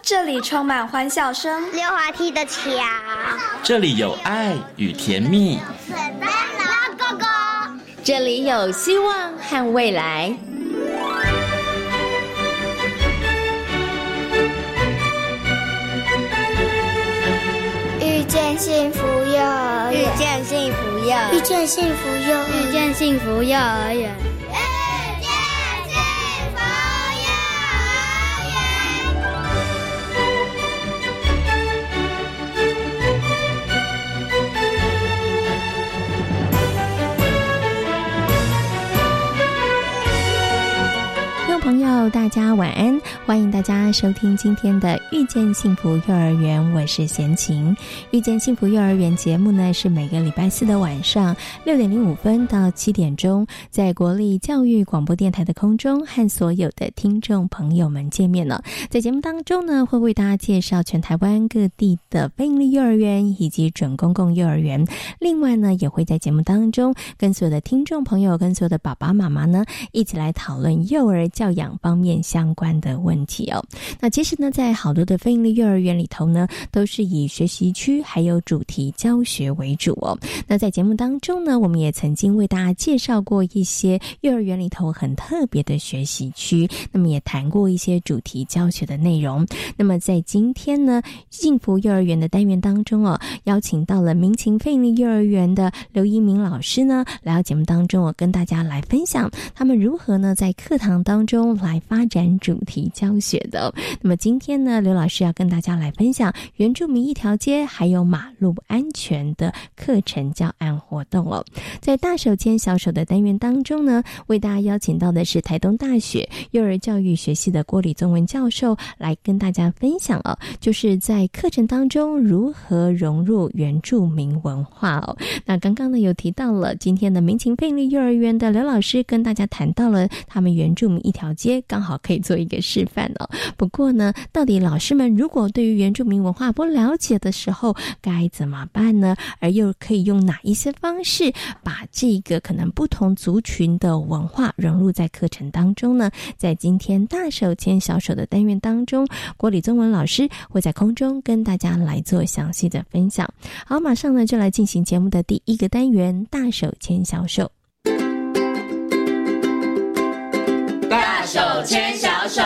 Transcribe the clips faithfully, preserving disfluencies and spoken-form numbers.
这里充满欢笑声， 溜滑梯的桥， 这里有爱与甜蜜， 圣诞老公公， 这里有希望和未来。 遇见幸福幼儿园， 遇见幸福幼儿园， 遇见幸福幼儿园， 遇见幸福幼儿园。 朋友大家晚安，欢迎大家收听今天的遇见幸福幼儿园，我是贤琴。遇见幸福幼儿园节目呢，是每个礼拜四的晚上六点零五分到七点钟，在国立教育广播电台的空中和所有的听众朋友们见面了。在节目当中呢，会为大家介绍全台湾各地的非营利幼儿园以及准公共幼儿园，另外呢，也会在节目当中跟所有的听众朋友跟所有的爸爸妈妈呢，一起来讨论幼儿教育养方面相关的问题哦。那其实呢，在好多的非营利幼儿园里头呢，都是以学习区还有主题教学为主哦。那在节目当中呢，我们也曾经为大家介绍过一些幼儿园里头很特别的学习区，那么也谈过一些主题教学的内容。那么在今天呢，幸福幼儿园的单元当中哦，邀请到了民情非营利幼儿园的刘一鸣老师呢，来到节目当中哦，跟大家来分享他们如何呢在课堂当中来发展主题教学的。那么今天呢，刘老师要跟大家来分享原住民一条街还有马路安全的课程教案活动哦。在大手牵小手的单元当中呢，为大家邀请到的是台东大学幼儿教育学系的郭李宗文教授来跟大家分享哦，就是在课程当中如何融入原住民文化哦。那刚刚呢有提到了今天的民情非营利幼儿园的刘老师跟大家谈到了他们原住民一条街，刚好可以做一个示范哦。不过呢，到底老师们如果对于原住民文化不了解的时候该怎么办呢？而又可以用哪一些方式把这个可能不同族群的文化融入在课程当中呢？在今天大手牵小手的单元当中，郭李宗文老师会在空中跟大家来做详细的分享。好，马上呢就来进行节目的第一个单元，大手牵小手。 大手牵小手。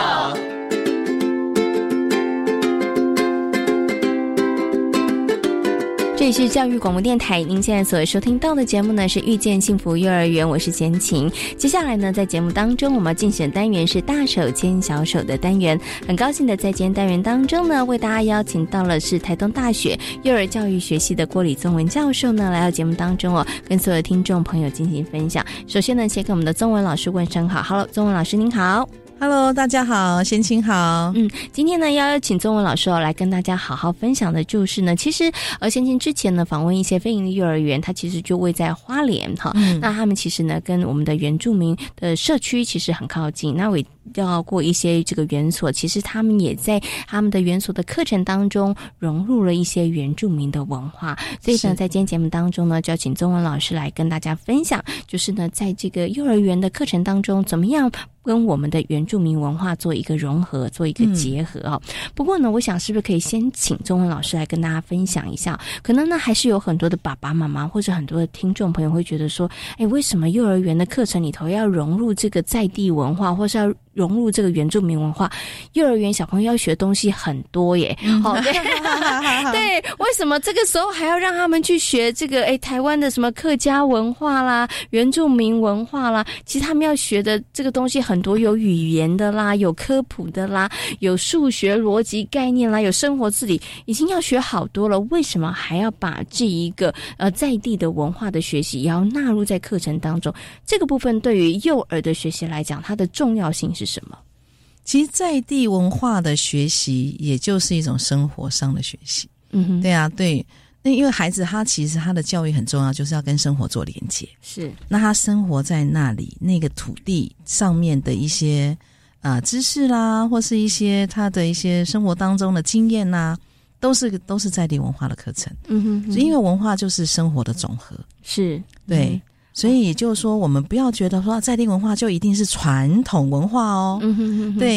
这里是教育广播电台，您现在所收听到的节目呢是遇见幸福幼儿园，我是贤琴。接下来呢，在节目当中我们要进行的单元是大手牵小手的单元。很高兴的在今天单元当中呢，为大家邀请到了是台东大学幼儿教育学系的郭李宗文教授呢，来到节目当中哦，跟所有的听众朋友进行分享。首先呢，先跟我们的宗文老师问声好。Hello， 宗文老师您好。 Hello， 大家好，贤琴好。 嗯，今天呢，要请宗文老师哦来跟大家好好分享的就是呢，其实呃，贤琴之前呢访问一些非营利幼儿园，它其实就位在花莲哈、嗯，那他们其实呢跟我们的原住民的社区其实很靠近，那我要过一些这个园所，其实他们也在他们的园所的课程当中融入了一些原住民的文化，所以呢，在今天节目当中呢，就要请宗文老师来跟大家分享，就是呢，在这个幼儿园的课程当中，怎么样跟我们的原住民文化做一个融合，做一个结合哦、嗯。不过呢，我想是不是可以先请宗文老师来跟大家分享一下？可能呢，还是有很多的爸爸妈妈或者很多的听众朋友会觉得说，哎，为什么幼儿园的课程里头要融入这个在地文化，或是要融入这个原住民文化？幼儿园小朋友要学的东西很多耶，好、嗯，对，对，为什么这个时候还要让他们去学这个？哎，台湾的什么客家文化啦、原住民文化啦，其实他们要学的这个东西很多，有语言的啦，有科普的啦，有数学逻辑概念啦，有生活自理，已经要学好多了。为什么还要把这一个呃在地的文化的学习也要纳入在课程当中？这个部分对于幼儿的学习来讲，它的重要性是什么？ 其实在地文化的学习也就是一种生活上的学习。嗯哼，对啊，对。那因为孩子他其实他的教育很重要，就是要跟生活做连接。是，那他生活在那里那个土地上面的一些呃知识啦，或是一些他的一些生活当中的经验啦，都是都是在地文化的课程。嗯哼哼，因为文化就是生活的总和。是，对。嗯，所以也就是说，我们不要觉得说在地文化就一定是传统文化哦。嗯哼哼哼，对，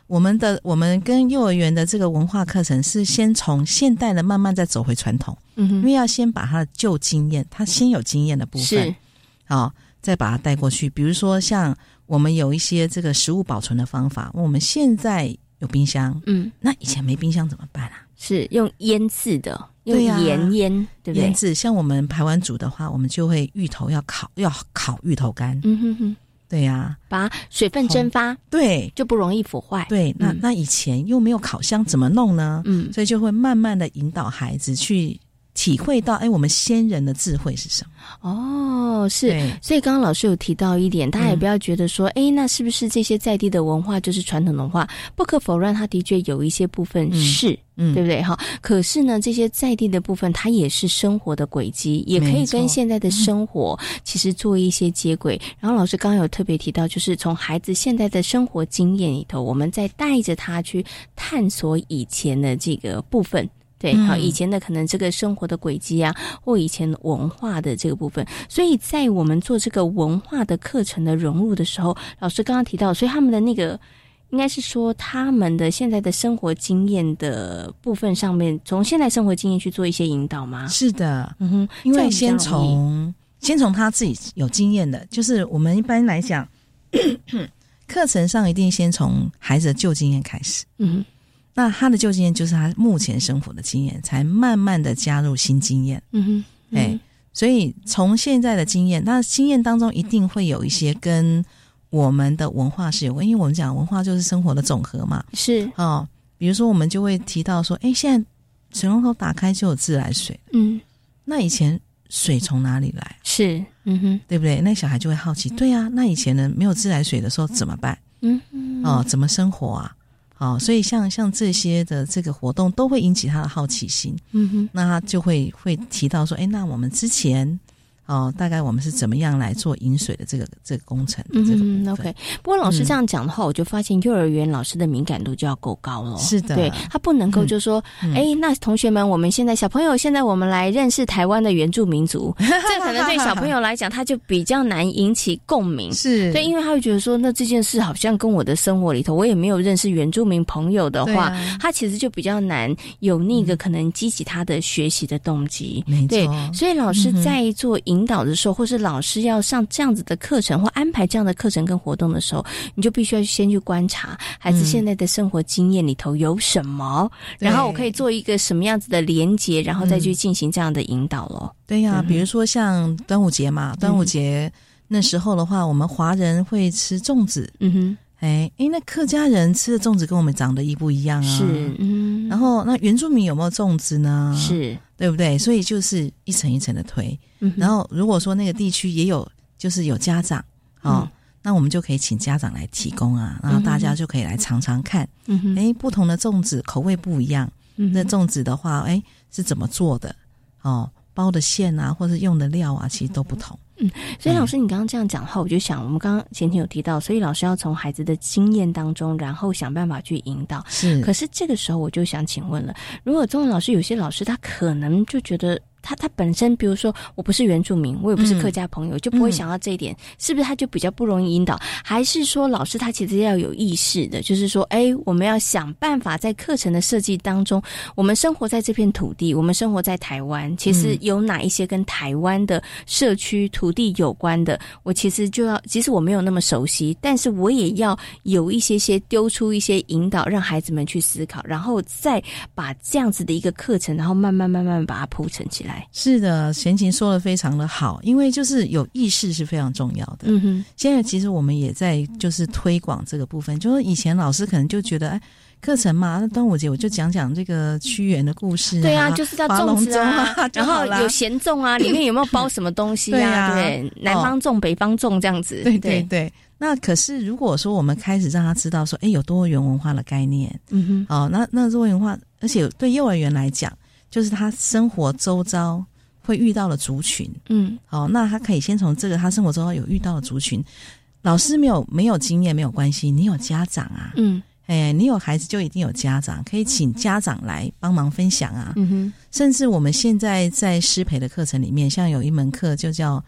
我们的我们跟幼儿园的这个文化课程是先从现代的慢慢再走回传统，嗯哼，因为要先把他的旧经验，他先有经验的部分是好、哦，再把它带过去。比如说像我们有一些这个食物保存的方法，我们现在有冰箱，嗯，那以前没冰箱怎么办啊？ 是用腌制的，用盐腌， 对, 对不对？ 腌制，像我们排湾族的话，我们就会芋头要烤，要烤芋头干，嗯哼哼，对呀、啊， 把水分蒸发， 对， 就不容易腐坏。 对，那、嗯、那以前又没有烤箱，怎么弄呢？嗯，所以就会慢慢的引导孩子去体会到，哎，我们先人的智慧是什么？ 哦，是，所以刚刚老师有提到一点，大家也不要觉得说，哎、嗯，那是不是这些在地的文化就是传统文化？不可否认，它的确有一些部分是，嗯，对不对？哈，可是呢，这些在地的部分，它也是生活的轨迹，也可以跟现在的生活其实做一些接轨。然后老师刚刚有特别提到，就是从孩子现在的生活经验里头，我们再带着他去探索以前的这个部分。对，好，以前的可能这个生活的轨迹啊，或以前文化的这个部分，所以在我们做这个文化的课程的融入的时候，老师刚刚提到，所以他们的那个应该是说他们的现在的生活经验的部分上面，从现在生活经验去做一些引导吗？ 是的，嗯哼，因为先从先从他自己有经验的，就是我们一般来讲，课程上一定先从孩子的旧经验开始，嗯哼。那他的旧经验就是他目前生活的经验，才慢慢的加入新经验。嗯哼，嗯哎，所以从现在的经验，那经验当中一定会有一些跟我们的文化是有关，因为我们讲文化就是生活的总和嘛。 是哦，比如说我们就会提到说，哎，现在水龙头打开就有自来水，嗯，那以前水从哪里来？ 是，嗯哼， 对不对？那小孩就会好奇，对啊，那以前呢没有自来水的时候怎么办？嗯嗯，哦，怎么生活啊？哦，所以像像这些的这个活动都会引起他的好奇心，嗯哼，那他就会会提到说，哎，那我们之前哦，大概我们是怎么样来做饮水的这个这个工程的这个部分。 嗯 OK， 不过老师这样讲的话、嗯、我就发现幼儿园老师的敏感度就要够高了。 是的， 对，他不能够就说哎、嗯，那同学们，我们现在小朋友现在我们来认识台湾的原住民族这可能对小朋友来讲他就比较难引起共鸣。 是， 对，因为他会觉得说那这件事好像跟我的生活里头我也没有认识原住民朋友的话、啊、他其实就比较难有那个可能激起他的学习的动机、 嗯、 对，所以老师在做引导的时候、嗯、或是老师要上这样子的课程或安排这样的课程跟活动的时候，你就必须要先去观察孩子现在的生活经验里头有什么、嗯、然后我可以做一个什么样子的连结，然后再去进行这样的引导咯。 对呀、啊嗯，比如说像端午节嘛，端午节那时候的话、嗯、我们华人会吃粽子，嗯哼，哎哎，那客家人吃的粽子跟我们长得一不一样啊？ 是，嗯。 然后那原住民有没有粽子呢？ 是， 对不对？所以就是一层一层的推。嗯、然后如果说那个地区也有，就是有家长哦、嗯，那我们就可以请家长来提供啊，然后大家就可以来尝尝看。嗯哼，哎，不同的粽子口味不一样，嗯、那粽子的话，哎，是怎么做的？哦，包的馅啊，或是用的料啊，其实都不同。 嗯，所以老师你刚刚这样讲的话，我就想我们刚刚前天有提到，所以老师要从孩子的经验当中然后想办法去引导。 是， 可是这个时候我就想请问了，如果中文老师有些老师他可能就觉得他他本身比如说我不是原住民，我也不是客家朋友、嗯、就不会想到这一点、嗯、是不是他就比较不容易引导？还是说老师他其实要有意识的，就是说哎，我们要想办法在课程的设计当中，我们生活在这片土地，我们生活在台湾，其实有哪一些跟台湾的社区土地有关的，我其实就要，即使我没有那么熟悉，但是我也要有一些些丢出一些引导，让孩子们去思考，然后再把这样子的一个课程然后慢慢慢慢把它铺陈起来。 是的，贤琴说的非常的好，因为就是有意识是非常重要的。嗯哼，现在其实我们也在就是推广这个部分，就是以前老师可能就觉得哎，课程嘛，那端午节我就讲讲这个屈原的故事、啊、 对啊，就是要粽子啊，然后有咸粽啊，里面有没有包什么东西啊？对啊，对，南方粽、哦、北方粽这样子。 对对对。那可是如果说我们开始让他知道说，哎，有多元文化的概念，嗯哼，哦，那那多元文化，而且对幼儿园来讲，就是他生活周遭会遇到的族群，嗯，好、哦，那他可以先从这个他生活周遭有遇到的族群，老师没有没有经验没有关系，你有家长啊，嗯，哎，你有孩子就一定有家长，可以请家长来帮忙分享啊，嗯哼，甚至我们现在在师培的课程里面，像有一门课就叫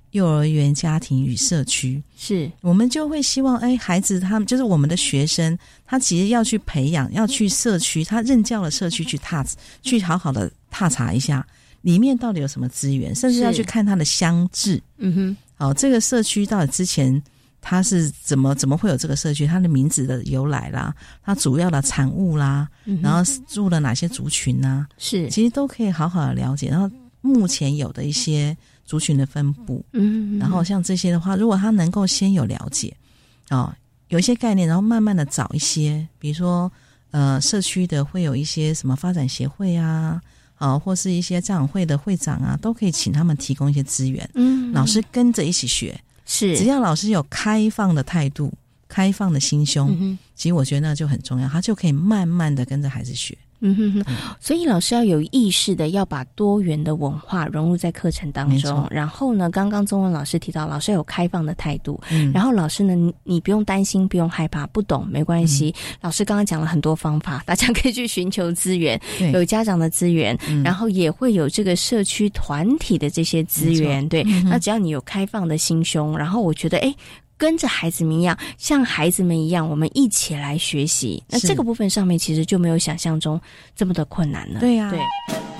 幼儿园、家庭与社区， 是我们就会希望，哎，孩子他们就是我们的学生，他其实要去培养，要去社区，他任教的社区去踏，去好好的踏查一下里面到底有什么资源，甚至要去看他的乡志。嗯哼，好，这个社区到底之前它是怎么怎么会有这个社区，它的名字的由来啦，它主要的产物啦，嗯、然后住了哪些族群啊，是其实都可以好好的了解。然后目前有的一些族群的分布，嗯，然后像这些的话，如果他能够先有了解，哦，有一些概念，然后慢慢的找一些，比如说呃社区的会有一些什么发展协会啊，啊、哦，或是一些家长会的会长啊，都可以请他们提供一些资源，嗯，老师跟着一起学。是，只要老师有开放的态度、开放的心胸，嗯、其实我觉得那就很重要，他就可以慢慢的跟着孩子学。嗯哼哼， 所以老师要有意识的要把多元的文化融入在课程当中。然后呢，刚刚宗文老师提到，老师有开放的态度。嗯，然后老师呢，你你不用担心，不用害怕，不懂没关系。嗯、老师刚刚讲了很多方法，大家可以去寻求资源，有家长的资源，嗯、然后也会有这个社区团体的这些资源。对，嗯、那只要你有开放的心胸，然后我觉得，哎。跟着孩子们一样，像孩子们一样，我们一起来学习。那这个部分上面其实就没有想象中这么的困难了。 对呀、啊，对。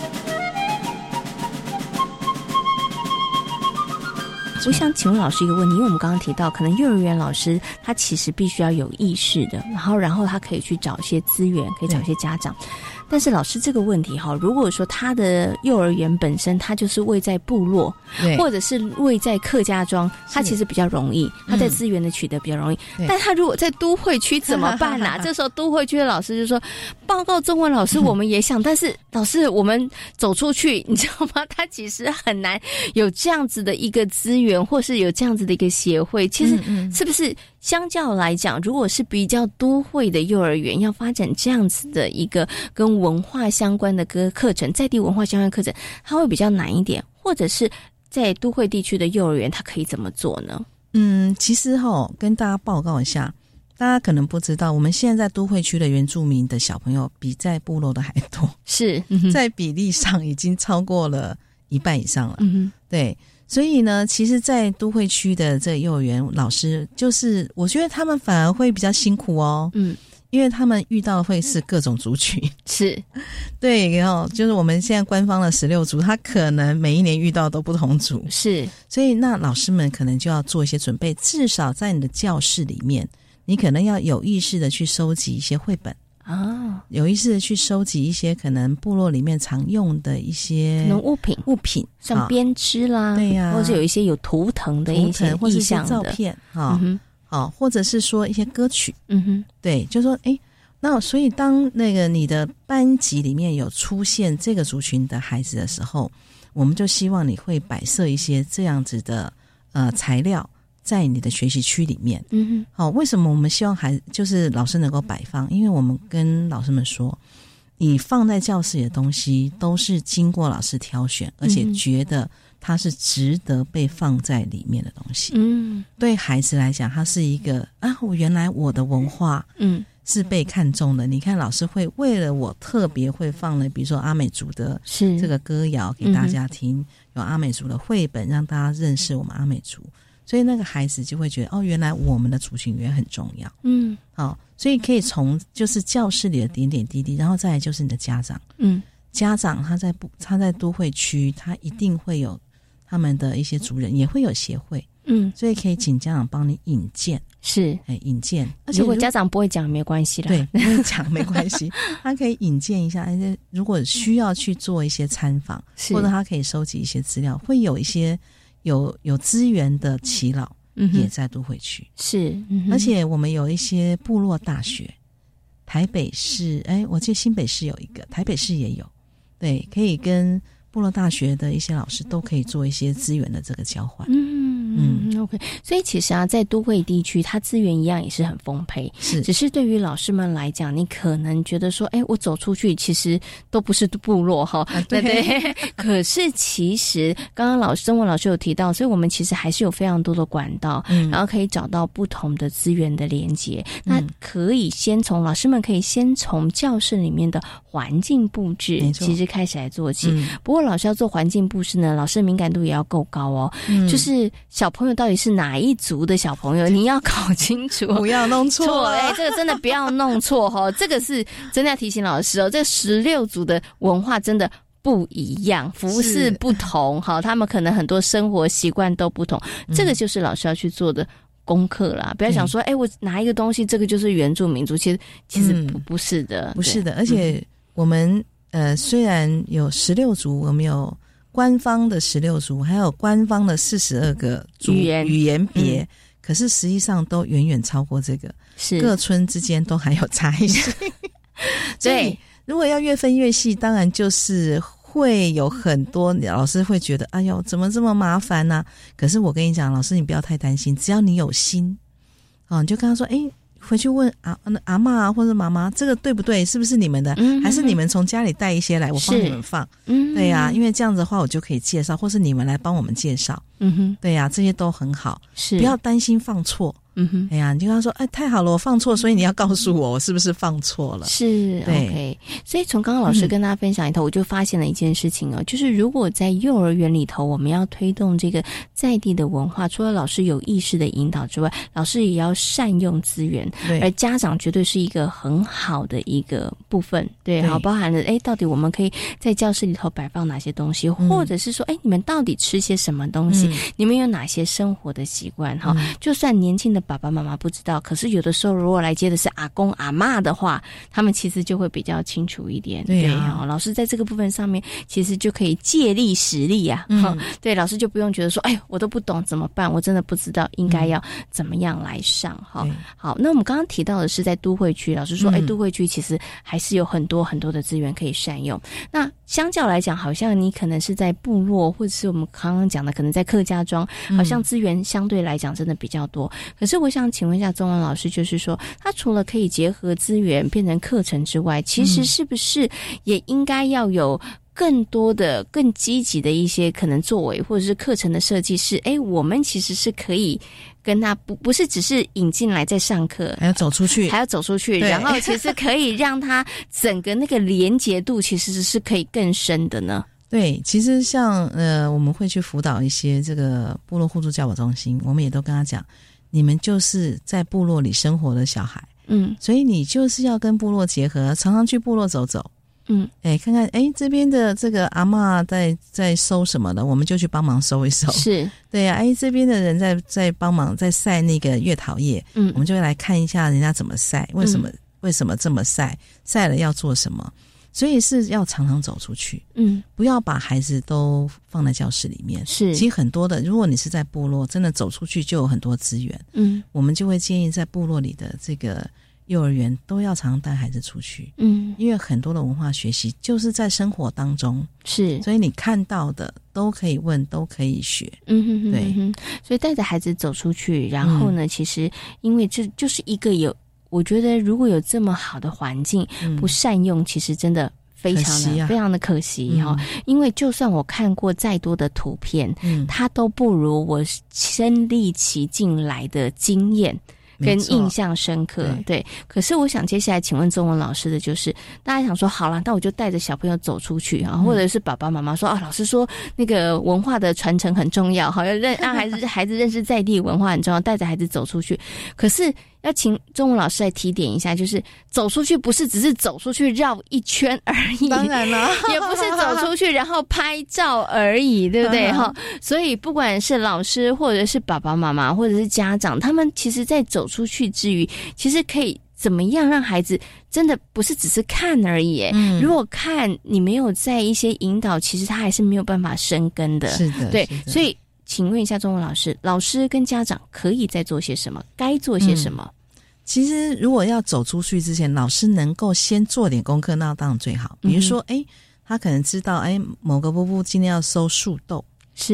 我想请问老师一个问题，因为我们刚刚提到，可能幼儿园老师他其实必须要有意识的，然后然后他可以去找一些资源，可以找一些家长。但是老师这个问题哈，如果说他的幼儿园本身他就是位在部落，或者是位在客家庄，他其实比较容易，他在资源的取得比较容易。嗯、但他如果在都会区怎么办啊？这时候都会区的老师就说：“报告中文老师，我们也想，但是老师我们走出去，你知道吗？他其实很难有这样子的一个资源，或是有这样子的一个协会。其实是不是？”相较来讲，如果是比较都会的幼儿园要发展这样子的一个跟文化相关的个课程，在地文化相关的课程，它会比较难一点，或者是在都会地区的幼儿园，它可以怎么做呢？ 嗯，其实齁，跟大家报告一下，大家可能不知道，我们现在在都会区的原住民的小朋友比在部落的还多， 是、 嗯、在比例上已经超过了一半以上了。嗯哼，对。所以呢，其实在都会区的这个幼儿园老师，就是我觉得他们反而会比较辛苦哦。嗯，因为他们遇到会是各种族群。 是， 对，然后就是我们现在官方的十六族，他可能每一年遇到都不同族。 是， 所以那老师们可能就要做一些准备，至少在你的教室里面，你可能要有意识的去收集一些绘本。啊，有意识的去收集一些可能部落里面常用的一些可能物品， 物品像编织啦， 对呀、啊， 或者有一些有图腾的一些意象的照片，哈、嗯，好、哦，或者是说一些歌曲，嗯哼，对，就说，哎，那所以当那个你的班级里面有出现这个族群的孩子的时候，我们就希望你会摆设一些这样子的呃材料。在你的学习区里面，嗯哼，好、哦，为什么我们希望孩就是老师能够摆放？因为我们跟老师们说，你放在教室里的东西都是经过老师挑选，而且觉得它是值得被放在里面的东西。嗯，对孩子来讲，它是一个啊，我原来我的文化，嗯，是被看中的。你看，老师会为了我特别会放了，比如说阿美族的这个歌谣给大家听，嗯、有阿美族的绘本让大家认识我们阿美族。所以那个孩子就会觉得哦，原来我们的族群也很重要。嗯，好、哦，所以可以从就是教室里的点点滴滴，然后再来就是你的家长。嗯，家长他在不他在都会区，他一定会有他们的一些族人，也会有协会。嗯，所以可以请家长帮你引荐。 是， 哎，引荐。而且如果家长不会讲没关系啦， 对，不会讲没关系，他可以引荐一下。哎，如果需要去做一些参访，或者他可以收集一些资料，会有一些。有有资源的耆老也在都会区、嗯、是、嗯，而且我们有一些部落大学，台北市，哎，我记得新北市有一个，台北市也有，对，可以跟部落大学的一些老师都可以做一些资源的这个交换。嗯， 嗯 ，OK。所以其实啊，在都会地区，它资源一样也是很丰沛， 是。 只是对于老师们来讲，你可能觉得说，哎，我走出去其实都不是部落哈，啊、对对。可是其实刚刚老师中文老师有提到，所以我们其实还是有非常多的管道，嗯、然后可以找到不同的资源的连结。嗯、那可以先从老师们可以先从教室里面的环境布置，其实开始来做起。嗯、不过老师要做环境布置呢，老师的敏感度也要够高哦。嗯、就是小朋友到底是哪一族的小朋友，你要搞清楚， 不要弄错。 哎，这个真的不要弄错哦。这个是真的要提醒老师哦。这十六族的文化真的不一样，服饰不同，好，他们可能很多生活习惯都不同。嗯、这个就是老师要去做的功课啦，不要想说，哎、嗯，我拿一个东西，这个就是原住民族，其实其实不、嗯、不是的， 不是的。而且我们、嗯、呃，虽然有十六族，我们有官方的十六族，还有官方的四十二个族语言语言别、嗯，可是实际上都远远超过这个，是各村之间都还有差异性。对，如果要越分越细，当然就是会有很多老师会觉得，哎呦，怎么这么麻烦呢、啊？可是我跟你讲，老师你不要太担心，只要你有心，哦，你就跟他说，哎，回去问阿阿嬷啊或者妈妈，这个对不对？是不是你们的？嗯、还是你们从家里带一些来，我帮你们放？嗯，对呀、啊，因为这样子的话，我就可以介绍，或是你们来帮我们介绍。嗯哼，对呀、啊，这些都很好，是不要担心放错。嗯哼，哎呀，你就跟他说，哎，太好了，我放错，所以你要告诉我，我是不是放错了？ 是 ，OK。所以从刚刚老师跟大家分享里头，嗯、我就发现了一件事情哦，就是如果在幼儿园里头，我们要推动这个在地的文化，除了老师有意识的引导之外，老师也要善用资源，而家长绝对是一个很好的一个部分，对，好，包含了哎，到底我们可以在教室里头摆放哪些东西，嗯、或者是说，哎，你们到底吃些什么东西？嗯、你们有哪些生活的习惯？哈、嗯，就算年轻的爸爸妈妈不知道，可是有的时候如果来接的是阿公阿嬷的话，他们其实就会比较清楚一点。对啊，对，老师在这个部分上面其实就可以借力使力啊。嗯，对，老师就不用觉得说，哎，我都不懂怎么办？我真的不知道应该要怎么样来上。哈、嗯，好，那我们刚刚提到的是在都会区，老师说，哎、嗯，都会区其实还是有很多很多的资源可以善用。那相较来讲，好像你可能是在部落，或者是我们刚刚讲的，可能在客家庄，好像资源相对来讲真的比较多。可是我想请问一下中文老师，就是说，他除了可以结合资源变成课程之外，其实是不是也应该要有更多的、更积极的一些可能作为，或者是课程的设计是，哎，我们其实是可以跟他不不是只是引进来再上课， 还要走出去， 还要走出去，然后其实可以让他整个那个连结度其实是可以更深的呢。 对，其实像呃，我们会去辅导一些这个部落互助教保中心，我们也都跟他讲，你们就是在部落里生活的小孩，嗯，所以你就是要跟部落结合，常常去部落走走，嗯，哎，看看，哎，这边的这个阿嬷在在收什么的，我们就去帮忙收一收，是，对呀、啊，哎，这边的人在在帮忙在晒那个月桃叶，嗯，我们就会来看一下人家怎么晒，为什么、嗯、为什么这么晒，晒了要做什么。所以是要常常走出去，嗯，不要把孩子都放在教室里面。是，其实很多的，如果你是在部落，真的走出去就有很多资源。嗯，我们就会建议在部落里的这个幼儿园都要常常带孩子出去。嗯，因为很多的文化学习就是在生活当中，是，所以你看到的都可以问，都可以学。嗯哼哼，对， 哼，所以带着孩子走出去，然后呢，嗯、其实因为这就是一个有。我觉得如果有这么好的环境、嗯、不善用，其实真的非常的、啊、非常的可惜哈、嗯。因为就算我看过再多的图片，嗯，它都不如我身历其境来的经验跟印象深刻。对，可是我想接下来请问中文老师的就是，大家想说好了，那我就带着小朋友走出去啊，嗯、或者是爸爸妈妈说啊，老师说那个文化的传承很重要，好要认让孩子孩子认识在地文化很重要，带着孩子走出去，可是。要请中文老师来提点一下，就是走出去不是只是走出去绕一圈而已， 当然了， 也不是走出去然后拍照而已，对不对？哈，所以不管是老师或者是爸爸妈妈或者是家长，他们其实在走出去之余，其实可以怎么样让孩子真的不是只是看而已？嗯，如果看你没有在一些引导，其实他还是没有办法生根的。 是的， 对，所以。请问一下中文老师，老师跟家长可以再做些什么？该做些什么？ 嗯、其实如果要走出去之前，老师能够先做点功课，那当然最好。比如说，哎、嗯，他可能知道，哎，某个部部今天要收树豆，是，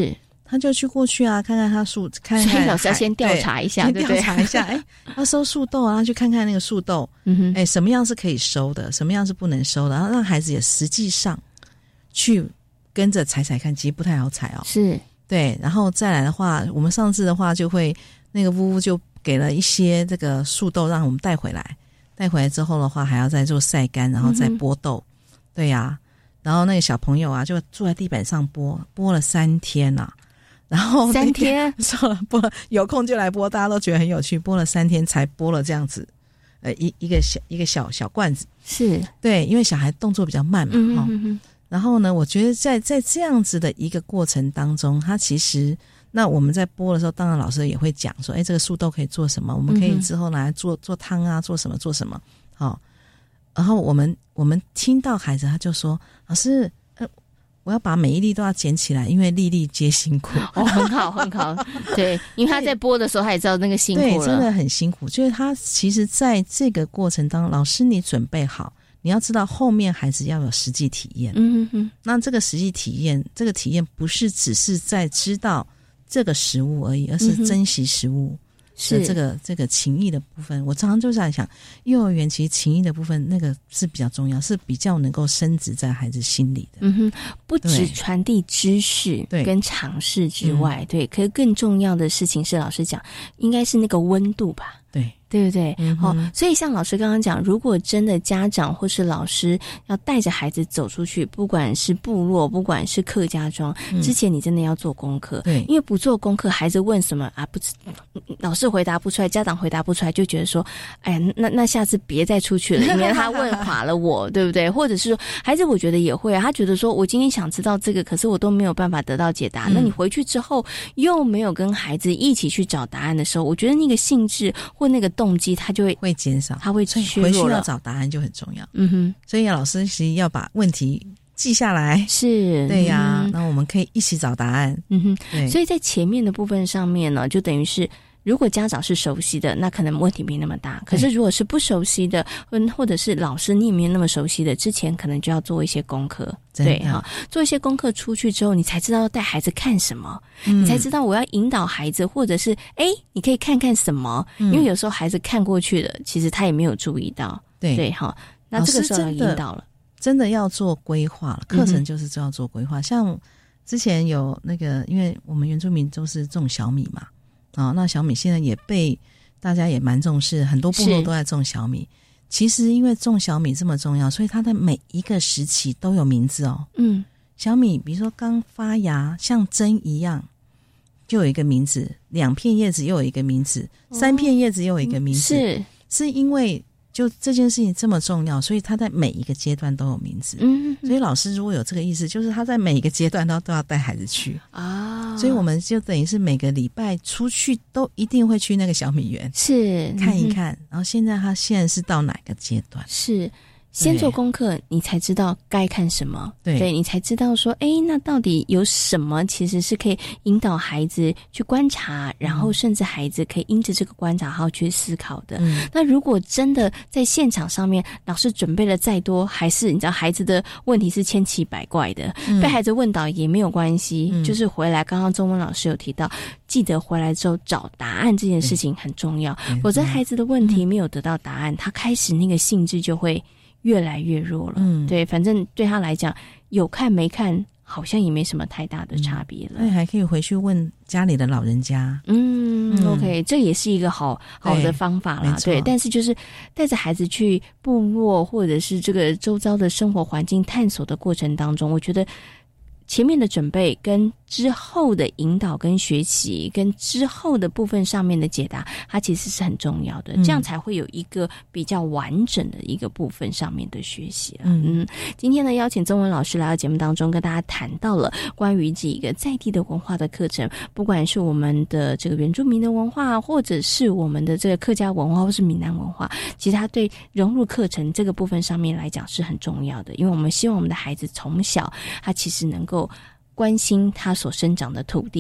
他就去过去啊，看看他树，看看。 所以老师要先调查一下，对不对？ 调查一下，哎，要收树豆啊，去看看那个树豆，嗯哼，哎，什么样是可以收的，什么样是不能收的，然后让孩子也实际上去跟着采采看，其实不太好采哦。 是， 对，然后再来的话，我们上次的话就会那个呜呜就给了一些这个树豆让我们带回来，带回来之后的话还要再做晒干，然后再剥豆，嗯、对呀、啊。然后那个小朋友啊，就坐在地板上剥，剥了三天啊，然后三天， 算了，剥有空就来剥，大家都觉得很有趣，剥了三天才剥了这样子，呃，一一个小一个小小罐子， 是对，因为小孩动作比较慢嘛，嗯哼哼、哦。然后呢，我觉得在在这样子的一个过程当中，他其实那我们在剥的时候，当然老师也会讲说，哎，这个树豆可以做什么？我们可以之后拿来做做汤啊，做什么做什么，好、哦。然后我们我们听到孩子他就说，老师，呃，我要把每一粒都要捡起来，因为粒粒皆辛苦。 哦，很好很好，对，因为他在剥的时候他也知道那个辛苦了， 对，真的很辛苦。就是他其实在这个过程当中，老师你准备好，你要知道后面孩子要有实际体验。嗯哼哼。那这个实际体验，这个体验不是只是在知道这个食物而已，而是珍惜食物。是这个这个情谊的部分，我常常就在想，幼儿园其实情谊的部分那个是比较重要，是比较能够深植在孩子心里的。 嗯哼，不只传递知识跟常识之外，对，可是更重要的事情是老师讲，应该是那个温度吧。 对。 对不对？嗯、哦，所以像老师刚刚讲，如果真的家长或是老师要带着孩子走出去，不管是部落，不管是客家庄，嗯、之前你真的要做功课。对，因为不做功课，孩子问什么啊，不，老师回答不出来，家长回答不出来，就觉得说，哎，那那下次别再出去了，因为他问垮了我，对不对？或者是说，孩子我觉得也会啊，他觉得说我今天想知道这个，可是我都没有办法得到解答。嗯、那你回去之后又没有跟孩子一起去找答案的时候，我觉得那个兴致或那个动机，他就会会减少， 他会削弱了。 回去要找答案就很重要。嗯哼，所以老师其实要把问题记下来。 是， 对呀、啊，那、嗯、我们可以一起找答案。 嗯哼，对。所以在前面的部分上面呢，就等于是，如果家长是熟悉的，那可能问题没那么大。可是如果是不熟悉的，嗯，或者是老师你也没有那么熟悉的，之前可能就要做一些功课。对哈，做一些功课出去之后，你才知道要带孩子看什么，嗯、你才知道我要引导孩子，或者是哎，你可以看看什么，嗯、因为有时候孩子看过去了，其实他也没有注意到。对对哈，那这个时候要引导了， 真的要做规划了。课程就是就要做规划。嗯、像之前有那个，因为我们原住民都是种小米嘛，啊、哦，那小米现在也被大家也蛮重视，很多部落都在种小米。其实因为种小米这么重要，所以它的每一个时期都有名字哦。嗯，小米比如说刚发芽像针一样就有一个名字，两片叶子又有一个名字，哦、三片叶子又有一个名字。是是因为就这件事情这么重要，所以他在每一个阶段都有名字。嗯，所以老师如果有这个意思，就是他在每一个阶段都都要带孩子去啊。所以我们就等于是每个礼拜出去都一定会去那个小米园，是看一看。嗯、然后现在他现在是到哪个阶段？ 是。先做功课，你才知道该看什么。对，对你才知道说，哎，那到底有什么其实是可以引导孩子去观察，然后甚至孩子可以因着这个观察好去思考的。嗯、那如果真的在现场上面，老师准备了再多，还是你知道孩子的问题是千奇百怪的，嗯、被孩子问倒也没有关系，嗯、就是回来。刚刚中文老师有提到，记得回来之后找答案这件事情很重要，否则孩子的问题没有得到答案，他开始那个兴致就会越来越弱了。嗯，对，反正对他来讲，有看没看好像也没什么太大的差别了。 对、嗯，还可以回去问家里的老人家。 嗯, 嗯 ，OK， 这也是一个好好的方法啦。对，但是就是带着孩子去部落或者是这个周遭的生活环境探索的过程当中，我觉得前面的准备跟之后的引导跟学习跟之后的部分上面的解答，它其实是很重要的，嗯、这样才会有一个比较完整的一个部分上面的学习。嗯, 嗯，今天呢，邀请中文老师来到节目当中，跟大家谈到了关于这个在地的文化的课程，不管是我们的这个原住民的文化，或者是我们的这个客家文化，或是闽南文化，其实它对融入课程这个部分上面来讲是很重要的，因为我们希望我们的孩子从小他其实能够关心他所生长的土地，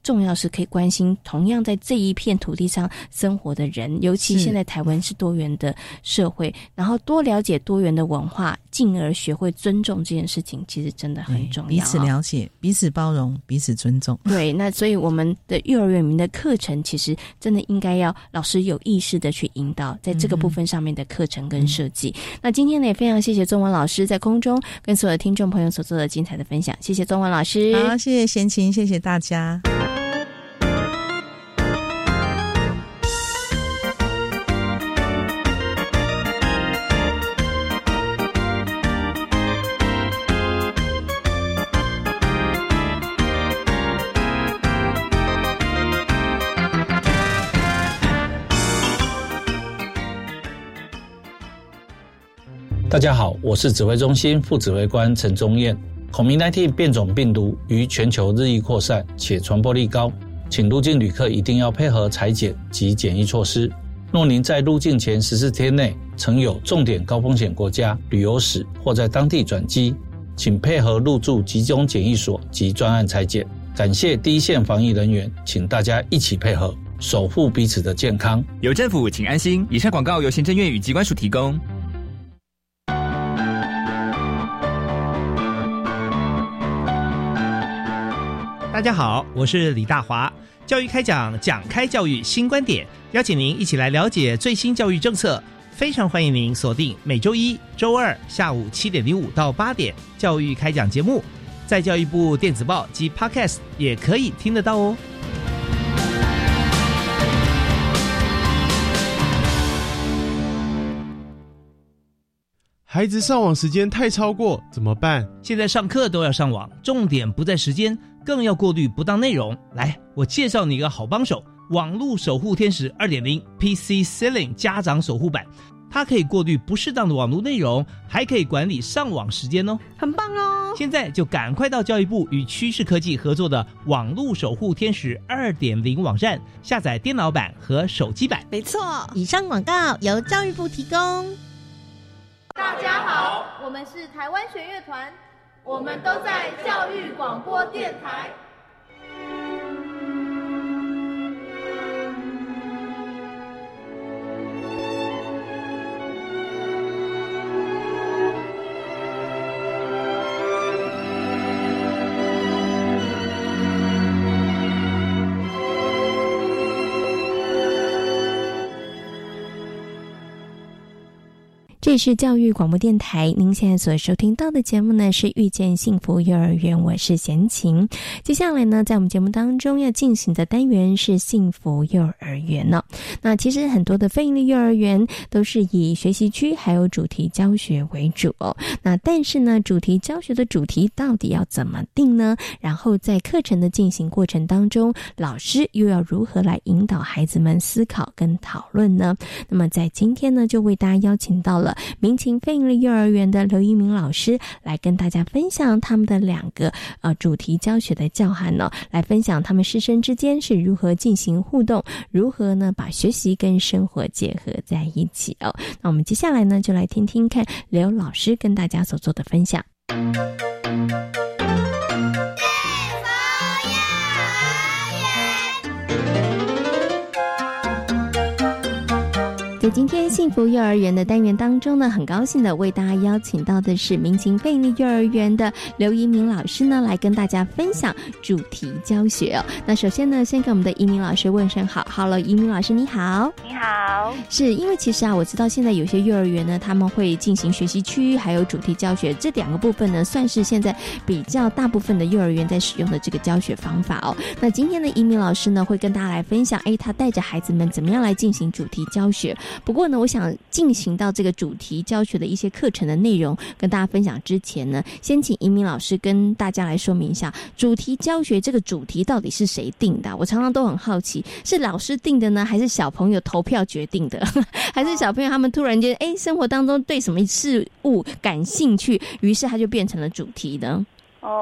重要是可以关心同样在这一片土地上生活的人，尤其现在台湾是多元的社会，然后多了解多元的文化，进而学会尊重这件事情，其实真的很重要。 彼此了解，彼此包容，彼此尊重。 对，那所以我们的幼儿园里面的课程，其实真的应该要老师有意识的去引导在这个部分上面的课程跟设计。嗯、那今天呢，也非常谢谢宗文老师在空中跟所有的听众朋友所做的精彩的分享，谢谢宗文老师。 好，谢谢贤琴，谢谢大家。 大家好，我是指挥中心副指挥官陈宗彦。孔明 十九 变种病毒于全球日益扩散，且传播力高，请入境旅客一定要配合采检及检疫措施。若您在入境前十四天内曾有重点高风险国家旅游史或在当地转机，请配合入住集中检疫所及专案采检。感谢第一线防疫人员，请大家一起配合，守护彼此的健康。 有政府，请安心。以上广告由行政院与疾管署提供。 大家好，我是李大华。教育开讲，讲开教育新观点，邀请您一起来了解最新教育政策。非常欢迎您锁定每周一、周二下午七点零五到八点教育开讲节目，在教育部电子报及 Podcast 也可以听得到哦。 孩子上网时间太超过怎么办？ 现在上课都要上网，重点不在时间，更要过滤不当内容。来，我介绍你一个好帮手——网络守护天使 二点零 P C Ceiling 家长守护版。它可以过滤不适当的网络内容，还可以管理上网时间哦， 很棒哦！ 现在就赶快到教育部与趋势科技合作的网络守护天使 二点零 网站下载电脑版和手机版。 没错，以上广告由教育部提供。 大家好，我们是台湾弦乐团，我们都在教育广播电台。 这里是教育广播电台，您现在所收听到的节目呢是遇见幸福幼儿园，我是贤琴。接下来呢，在我们节目当中要进行的单元是幸福幼儿园呢、哦。那其实很多的非营利幼儿园都是以学习区还有主题教学为主哦。那但是呢，主题教学的主题到底要怎么定呢？然后在课程的进行过程当中，老师又要如何来引导孩子们思考跟讨论呢？那么在今天呢，就为大家邀请到了民情非营利幼儿园的刘一鸣老师来跟大家分享他们的两个呃主题教学的教函呢、哦，来分享他们师生之间是如何进行互动，如何呢把学习跟生活结合在一起哦。那我们接下来呢就来听听看刘老师跟大家所做的分享。在今天幸福幼儿园的单元当中呢，很高兴的为大家邀请到的是民情非营利幼儿园的刘一鸣老师呢，来跟大家分享主题教学哦。那首先呢，先跟我们的一鸣老师问声好 ，Hello， 一鸣老师你好。 你好。 是因为其实啊，我知道现在有些幼儿园呢，他们会进行学习区还有主题教学这两个部分呢，算是现在比较大部分的幼儿园在使用的这个教学方法哦。那今天的一鸣老师呢，会跟大家来分享，哎，他带着孩子们怎么样来进行主题教学。不过呢，我想进行到这个主题教学的一些课程的内容跟大家分享之前呢，先请一鸣老师跟大家来说明一下主题教学这个主题到底是谁定的？我常常都很好奇，是老师定的呢，还是小朋友投票决定的？还是小朋友他们突然间哎，生活当中对什么事物感兴趣，于是他就变成了主题呢？ 哦，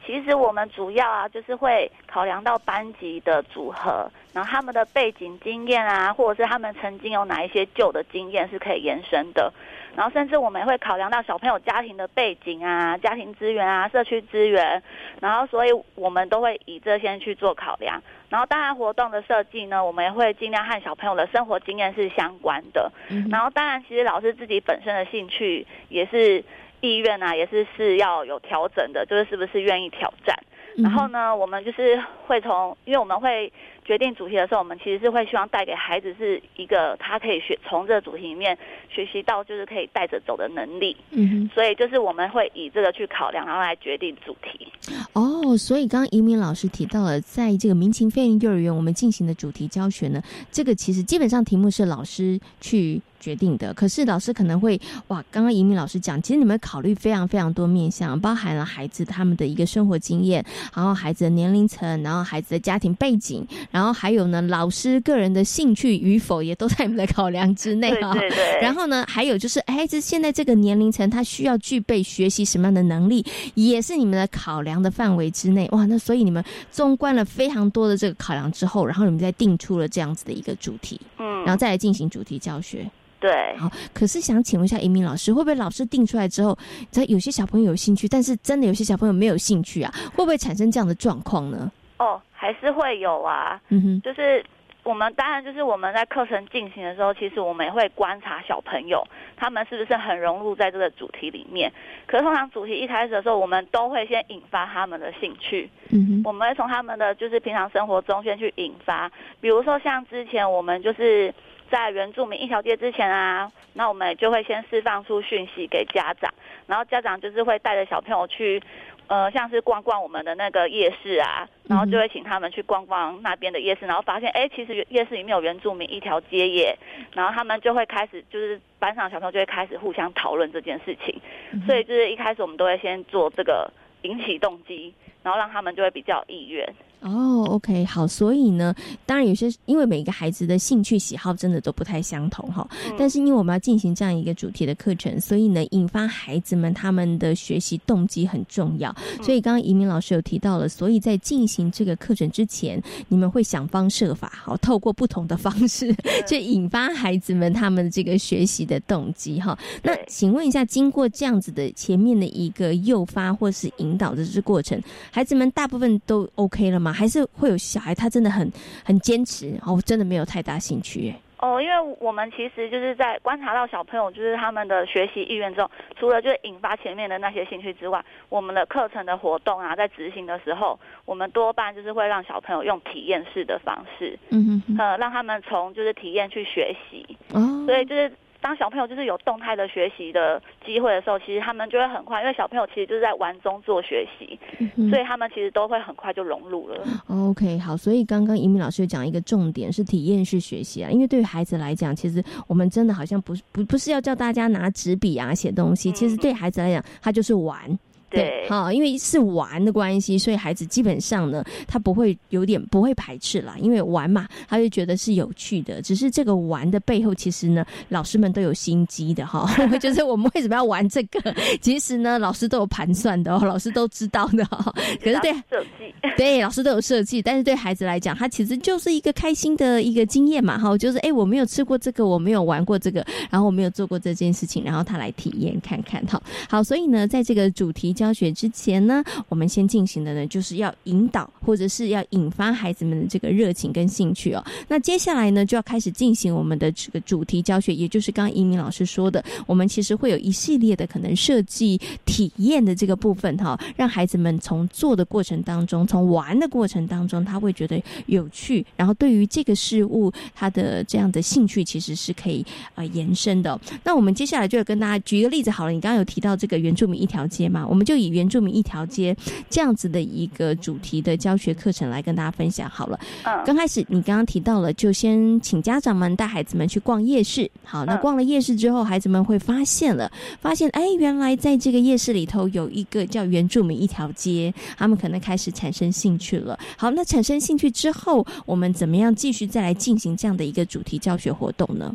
其实我们主要啊，就是会考量到班级的组合，然后他们的背景经验啊，或者是他们曾经有哪一些旧的经验是可以延伸的。然后甚至我们也会考量到小朋友家庭的背景啊、家庭资源啊、社区资源，然后所以我们都会以这些去做考量。然后当然活动的设计呢，我们也会尽量和小朋友的生活经验是相关的。嗯、然后当然其实老师自己本身的兴趣也是意愿啊，也是是要有调整的，就是是不是愿意挑战。然后呢，我们就是会从，因为我们会决定主题的时候，我们其实是会希望带给孩子是一个他可以学从这个主题里面学习到就是可以带着走的能力。嗯，所以就是我们会以这个去考量，然后来决定主题。 哦，所以刚刚宜民老师提到了，在这个民情飞行幼儿园我们进行的主题教学呢，这个其实基本上题目是老师去决定的，可是老师可能会哇，刚刚宜民老师讲，其实你们考虑非常非常多面向，包含了孩子他们的一个生活经验，然后孩子的年龄层，然后孩子的家庭背景，然后还有呢老师个人的兴趣与否也都在你们的考量之内啊。 对对对。 然后呢，还有就是孩子现在这个年龄层他需要具备学习什么样的能力，也是你们的考量的范围之内。哇，那所以你们纵观了非常多的这个考量之后，然后你们再定出了这样子的一个主题，嗯，然后再来进行主题教学。 对， 好，可是想请问一下宜民老师，会不会老师定出来之后，有些小朋友有兴趣，但是真的有些小朋友没有兴趣啊？会不会产生这样的状况呢？ 哦，还是会有啊。嗯哼，就是我们当然就是我们在课程进行的时候，其实我们也会观察小朋友他们是不是很融入在这个主题里面。可是通常主题一开始的时候，我们都会先引发他们的兴趣。嗯哼，我们会从他们的就是平常生活中先去引发，比如说像之前我们就是在原住民一条街之前啊，那我们就会先释放出讯息给家长，然后家长就是会带着小朋友去呃，像是逛逛我们的那个夜市啊，然后就会请他们去逛逛那边的夜市，然后发现哎，其实夜市里面有原住民一条街耶，然后他们就会开始就是班上的小朋友就会开始互相讨论这件事情。所以就是一开始我们都会先做这个引起动机，然后让他们就会比较有意愿。 哦 OK 好，所以呢当然有些因为每个孩子的兴趣喜好真的都不太相同哈、嗯，但是因为我们要进行这样一个主题的课程，所以呢引发孩子们他们的学习动机很重要、嗯、所以刚刚宜民老师有提到了，所以在进行这个课程之前，你们会想方设法好透过不同的方式去引发孩子们他们这个学习的动机哈。那请问一下，经过这样子的前面的一个诱发或是引导的这个过程，孩子们大部分都 OK 了吗？还是会有小孩他真的很很坚持，哦，真的没有太大兴趣耶？ 哦，因为我们其实就是在观察到小朋友就是他们的学习意愿之后，除了就是引发前面的那些兴趣之外，我们的课程的活动啊，在执行的时候，我们多半就是会让小朋友用体验式的方式，嗯哼哼，呃，让他们从就是体验去学习，哦，所以就是当小朋友就是有动态的学习的机会的时候，其实他们就会很快，因为小朋友其实就是在玩中做学习、嗯、所以他们其实都会很快就融入了。 OK 好，所以刚刚宜民老师有讲一个重点是体验式学习啊，因为对于孩子来讲，其实我们真的好像不不不是要叫大家拿纸笔啊写东西、嗯、其实对孩子来讲他就是玩，对，好，因为是玩的关系，所以孩子基本上呢，他不会有点不会排斥啦，因为玩嘛，他就觉得是有趣的。只是这个玩的背后，其实呢，老师们都有心机的哈，就是我们为什么要玩这个，其实呢，老师都有盘算的哦，老师都知道的哦。可是对设计， 对，老师都有设计，但是对孩子来讲，他其实就是一个开心的一个经验嘛，哈，就是哎，我没有吃过这个，我没有玩过这个，然后我没有做过这件事情，然后他来体验看看，哈，好，所以呢，在这个主题教学之前呢，我们先进行的呢，就是要引导或者是要引发孩子们的这个热情跟兴趣哦。那接下来呢，就要开始进行我们的这个主题教学，也就是刚刚宜民老师说的，我们其实会有一系列的可能设计体验的这个部分哈，让孩子们从做的过程当中，从玩的过程当中，他会觉得有趣，然后对于这个事物他的这样的兴趣其实是可以呃延伸的哦。那我们接下来就要跟大家举一个例子好了，你刚刚有提到这个原住民一条街嘛，我们就以原住民一条街这样子的一个主题的教学课程来跟大家分享好了。嗯，刚开始你刚刚提到了，就先请家长们带孩子们去逛夜市。好，那逛了夜市之后，孩子们会发现了，发现哎，原来在这个夜市里头有一个叫原住民一条街，他们可能开始产生兴趣了。好，那产生兴趣之后，我们怎么样继续再来进行这样的一个主题教学活动呢？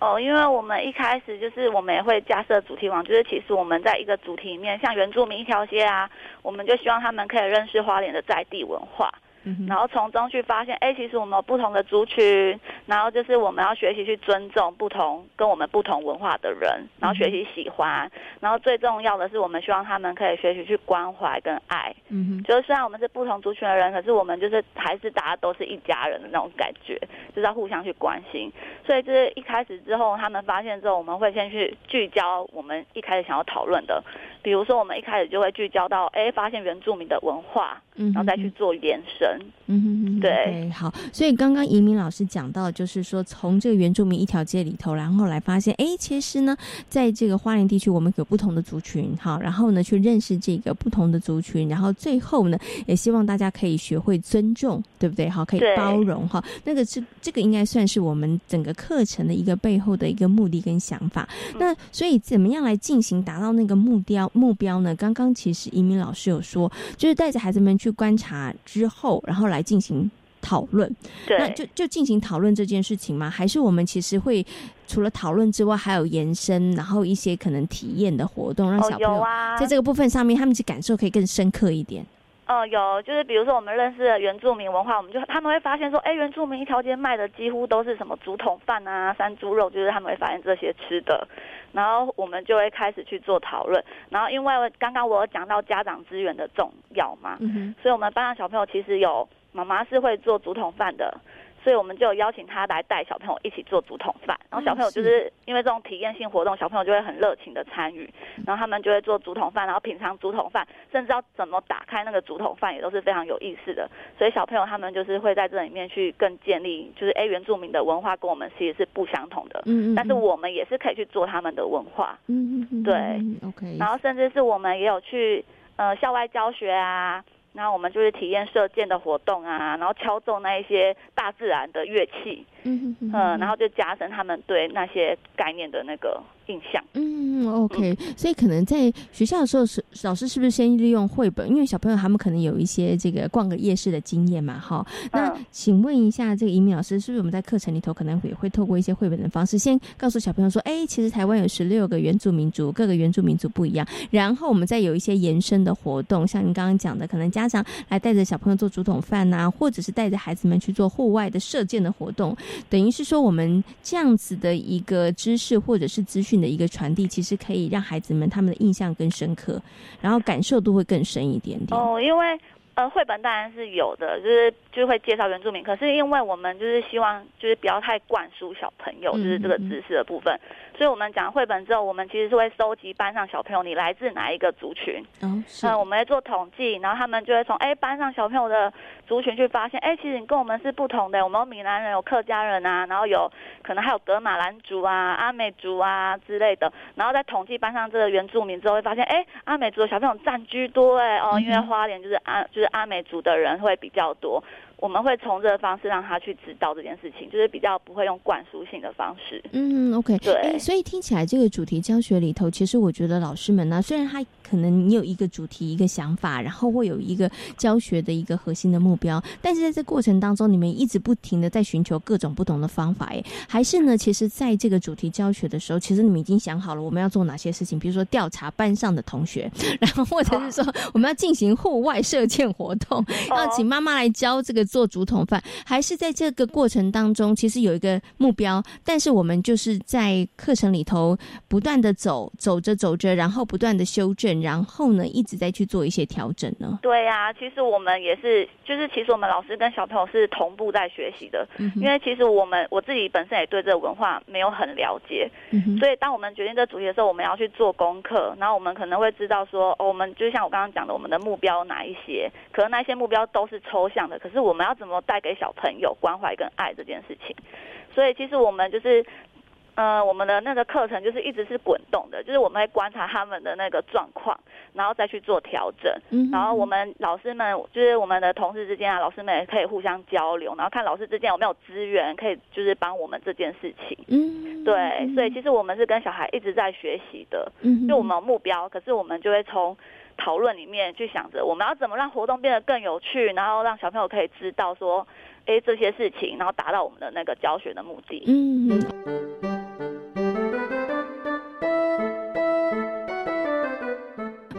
哦，因为我们一开始就是我们也会架设主题网，就是其实我们在一个主题里面，像原住民一条街啊，我们就希望他们可以认识花莲的在地文化。然后从中去发现，哎，其实我们有不同的族群，然后就是我们要学习去尊重不同跟我们不同文化的人，然后学习喜欢，然后最重要的是，我们希望他们可以学习去关怀跟爱。嗯哼，就是虽然我们是不同族群的人，可是我们就是还是大家都是一家人的那种感觉，就是要互相去关心。所以就是一开始之后，他们发现之后，我们会先去聚焦我们一开始想要讨论的，比如说我们一开始就会聚焦到，哎，发现原住民的文化，然后再去做延伸。 嗯哼哼，对， okay, 好。所以刚刚宜民老师讲到，就是说从这个原住民一条街里头，然后来发现，哎，其实呢，在这个花莲地区，我们有不同的族群，好，然后呢，去认识这个不同的族群，然后最后呢，也希望大家可以学会尊重，对不对？好，可以包容哈。那个是这个应该算是我们整个课程的一个背后的一个目的跟想法。嗯、那所以怎么样来进行达到那个目标目标呢？刚刚其实宜民老师有说，就是带着孩子们去观察之后，然后来进行讨论。对，那就就进行讨论这件事情吗？还是我们其实会除了讨论之外，还有延伸，然后一些可能体验的活动，让小朋友在这个部分上面，他们去感受可以更深刻一点。 哦，有，就是比如说我们认识的原住民文化，我们就他们会发现说，哎，原住民一条街卖的几乎都是什么竹筒饭啊、山猪肉，就是他们会发现这些吃的，然后我们就会开始去做讨论。然后因为刚刚我有讲到家长资源的重要嘛，嗯、所以我们班上小朋友其实有妈妈是会做竹筒饭的。所以我们就有邀请他来带小朋友一起做竹筒饭，然后小朋友就是因为这种体验性活动，小朋友就会很热情的参与，然后他们就会做竹筒饭，然后品尝竹筒饭，甚至要怎么打开那个竹筒饭也都是非常有意思的。所以小朋友他们就是会在这里面去更建立，就是哎原住民的文化跟我们其实是不相同的，嗯嗯嗯，但是我们也是可以去做他们的文化，嗯嗯嗯，对 ，OK， 然后甚至是我们也有去呃校外教学啊。然后我们就是体验射箭的活动啊，然后敲奏那一些大自然的乐器，嗯嗯嗯，然后就加深他们对那些概念的那个印象。 嗯 ，OK，嗯，所以可能在学校的时候，老师是不是先利用绘本？因为小朋友他们可能有一些这个逛个夜市的经验嘛，哈。那请问一下，这个宜民老师，是不是我们在课程里头可能也会透过一些绘本的方式，先告诉小朋友说，哎，其实台湾有十六个原住民族，各个原住民族不一样，然后我们再有一些延伸的活动，像您刚刚讲的，可能家长来带着小朋友做竹筒饭啊，或者是带着孩子们去做户外的射箭的活动，等于是说我们这样子的一个知识或者是资讯的一个传递，其实可以让孩子们他们的印象更深刻，然后感受度会更深一点点。 哦，因为呃，绘本当然是有的，就是就会介绍原住民，可是因为我们就是希望就是不要太灌输小朋友就是这个知识的部分，嗯嗯嗯，所以我们讲绘本之后，我们其实是会收集班上小朋友你来自哪一个族群，哦，是，嗯，我们会做统计，然后他们就会从哎班上小朋友的族群去发现，哎，其实你跟我们是不同的，我们有闽南人，有客家人啊，然后有可能还有噶玛兰族啊、阿美族啊之类的，然后在统计班上这个原住民之后，会发现，哎，阿美族的小朋友占居多，哎，哦，因为花莲就是阿就是阿美族的人会比较多。我们会从这个方式让他去知道这件事情，就是比较不会用灌输性的方式。 嗯 ，OK， 对，所以听起来这个主题教学里头，其实我觉得老师们呢，虽然他可能你有一个主题、一个想法，然后会有一个教学的一个核心的目标，但是在这过程当中，你们一直不停的在寻求各种不同的方法，哎，还是呢，其实在这个主题教学的时候，其实你们已经想好了我们要做哪些事情，比如说调查班上的同学，然后或者是说我们要进行户外射箭活动，要请妈妈来教这个做竹筒饭，还是在这个过程当中其实有一个目标，但是我们就是在课程里头不断的走走着走着，然后不断的修正，然后呢一直在去做一些调整呢？ 对啊，其实我们也是就是其实我们老师跟小朋友是同步在学习的，嗯，因为其实我们我自己本身也对这个文化没有很了解，嗯，所以当我们决定这主题的时候，我们要去做功课，然后我们可能会知道说，哦，我们就像我刚刚讲的，我们的目标哪一些，可能那些目标都是抽象的，可是我们要怎么带给小朋友关怀跟爱这件事情，所以其实我们就是呃，我们的那个课程就是一直是滚动的，就是我们会观察他们的那个状况，然后再去做调整，嗯，然后我们老师们就是我们的同事之间啊，老师们也可以互相交流，然后看老师之间有没有资源可以就是帮我们这件事情，嗯，对，所以其实我们是跟小孩一直在学习的，嗯，就我们有目标，可是我们就会从讨论里面去想着我们要怎么让活动变得更有趣，然后让小朋友可以知道说哎这些事情，然后达到我们的那个教学的目的。嗯。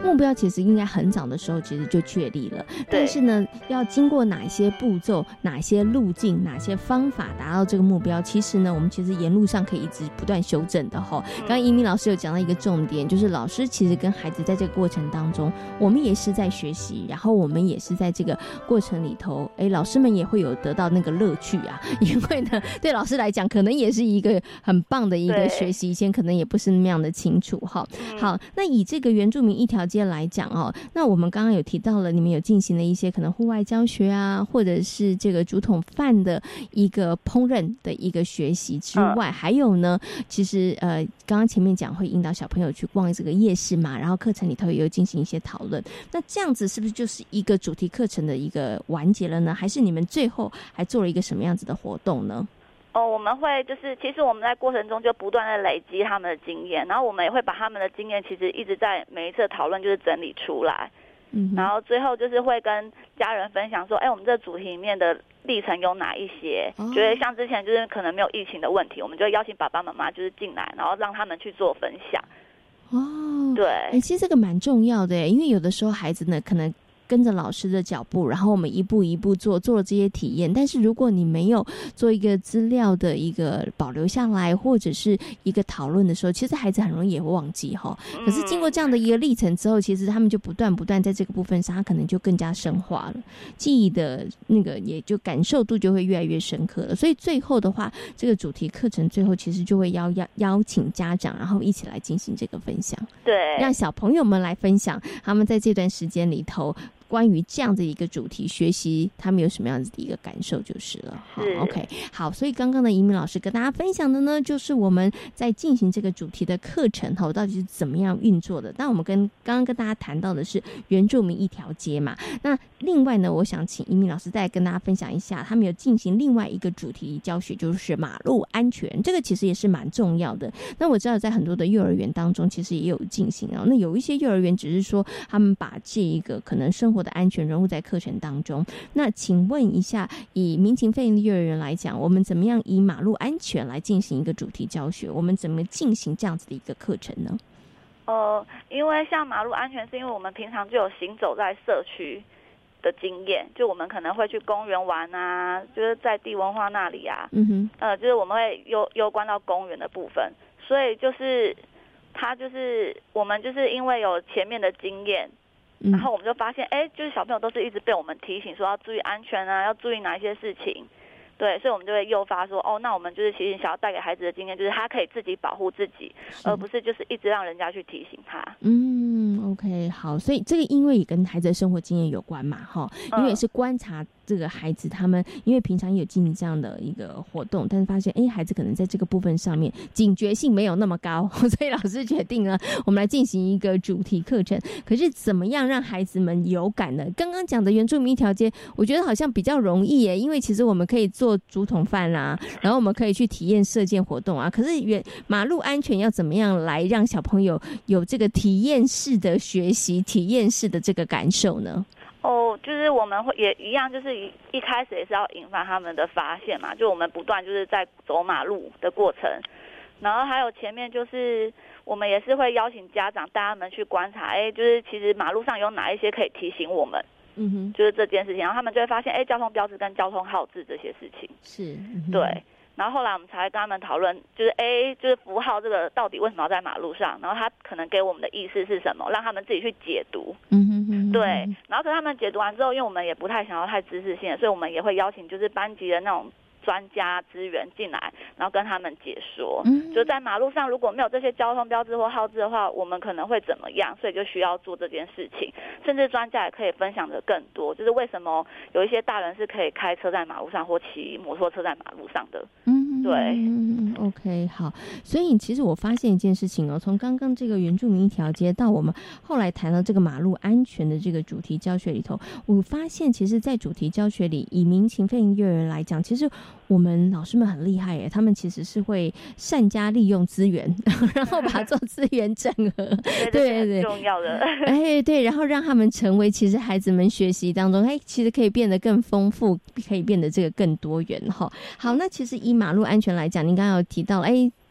目标其实应该很早的时候其实就确立了，但是呢，要经过哪些步骤、哪些路径、哪些方法达到这个目标，其实呢，我们其实沿路上可以一直不断修正的哈。刚刚怡敏老师有讲到一个重点，就是老师其实跟孩子在这个过程当中，我们也是在学习，然后我们也是在这个过程里头，哎，老师们也会有得到那个乐趣啊，因为呢，对老师来讲，可能也是一个很棒的一个学习，以前可能也不是那么样的清楚哈。好，那以这个原住民一条街来讲哦，那我们刚刚有提到了，你们有进行了一些可能户外教学啊，或者是这个竹筒饭的一个烹饪的一个学习之外，嗯、还有呢，其实呃，刚刚前面讲会引导小朋友去逛这个夜市嘛，然后课程里头也有进行一些讨论。那这样子是不是就是一个主题课程的一个完结了呢？还是你们最后还做了一个什么样子的活动呢？ 哦，我们会就是，其实我们在过程中就不断的累积他们的经验，然后我们也会把他们的经验其实一直在每一次的讨论就是整理出来，嗯，然后最后就是会跟家人分享说，哎，我们这个主题里面的历程有哪一些？哦、觉得像之前就是可能没有疫情的问题，我们就会邀请爸爸妈妈就是进来，然后让他们去做分享。 哦， 对， 哎，其实这个蛮重要的，因为有的时候孩子呢可能跟着老师的脚步，然后我们一步一步做做了这些体验，但是如果你没有做一个资料的一个保留下来，或者是一个讨论的时候，其实孩子很容易也会忘记哈。可是经过这样的一个历程之后，其实他们就不断不断在这个部分上，他可能就更加深化了，记忆的那个也就感受度就会越来越深刻了。所以最后的话，这个主题课程最后其实就会邀邀邀请家长，然后一起来进行这个分享， 对， 让小朋友们来分享他们在这段时间里头关于这样的一个主题学习，他们有什么样子的一个感受就是了。好 ，OK， 好，所以刚刚的怡敏老师跟大家分享的呢，就是我们在进行这个主题的课程哈，到底是怎么样运作的。那我们跟刚刚跟大家谈到的是原住民一条街嘛，那另外呢，我想请怡敏老师再跟大家分享一下，他们有进行另外一个主题教学，就是马路安全，这个其实也是蛮重要的。那我知道在很多的幼儿园当中，其实也有进行啊。那有一些幼儿园只是说他们把这一个可能生活的安全融入在课程当中。那请问一下，以民情非营利幼儿园来讲，我们怎么样以马路安全来进行一个主题教学？我们怎么进行这样子的一个课程呢？ 呃，因为像马路安全，是因为我们平常就有行走在社区的经验，就我们可能会去公园玩啊，就是在地文化那里啊，嗯哼，呃，就是我们会攸攸关到公园的部分，所以就是他就是我们就是因为有前面的经验。然后我们就发现，哎，就是小朋友都是一直被我们提醒说要注意安全啊，要注意哪一些事情，对，所以我们就会诱发说，哦，那我们就是其实想要带给孩子的经验，就是他可以自己保护自己，而不是就是一直让人家去提醒他。 嗯 ，OK， 好，所以这个因为也跟孩子的生活经验有关嘛，哈，因为也是观察这个孩子他们，因为平常也有进行这样的一个活动，但是发现，哎，孩子可能在这个部分上面警觉性没有那么高，所以老师决定了，我们来进行一个主题课程。可是怎么样让孩子们有感呢？刚刚讲的原住民一条街，我觉得好像比较容易耶，因为其实我们可以做竹筒饭啦，然后我们可以去体验射箭活动啊。可是原马路安全要怎么样来让小朋友有这个体验式的学习、体验式的这个感受呢？ 哦，就是我们会也一样，就是一一开始也是要引发他们的发现嘛，就我们不断就是在走马路的过程，然后还有前面就是我们也是会邀请家长带他们去观察，哎，就是其实马路上有哪一些可以提醒我们，嗯哼，就是这件事情，然后他们就会发现，哎，交通标志跟交通号志这些事情， 是， 对。然后后来我们才跟他们讨论，就是哎，就是符号这个到底为什么要在马路上？然后他可能给我们的意思是什么，让他们自己去解读。嗯哼哼。对，然后可是他们解读完之后，因为我们也不太想要太知识性的，所以我们也会邀请就是班级的那种专家资源进来，然后跟他们解说。嗯。就在马路上如果没有这些交通标志或号志的话，我们可能会怎么样？所以就需要做这件事情。甚至专家也可以分享的更多，就是为什么有一些大人是可以开车在马路上或骑摩托车在马路上的。嗯，对， 嗯 ，OK， 好，所以其实我发现一件事情哦，从刚刚这个原住民一条街到我们后来谈到这个马路安全的这个主题教学里头，我发现其实在主题教学里，以民情非营幼儿园来讲，其实我们老师们很厉害耶，他们其实是会善加利用资源，然后把做资源整合， 对对对，重要的， 哎对，然后让他们成为其实孩子们学习当中，哎，其实可以变得更丰富，可以变得这个更多元哈。好，那其实以马路安全来讲，您刚刚有提到，哎。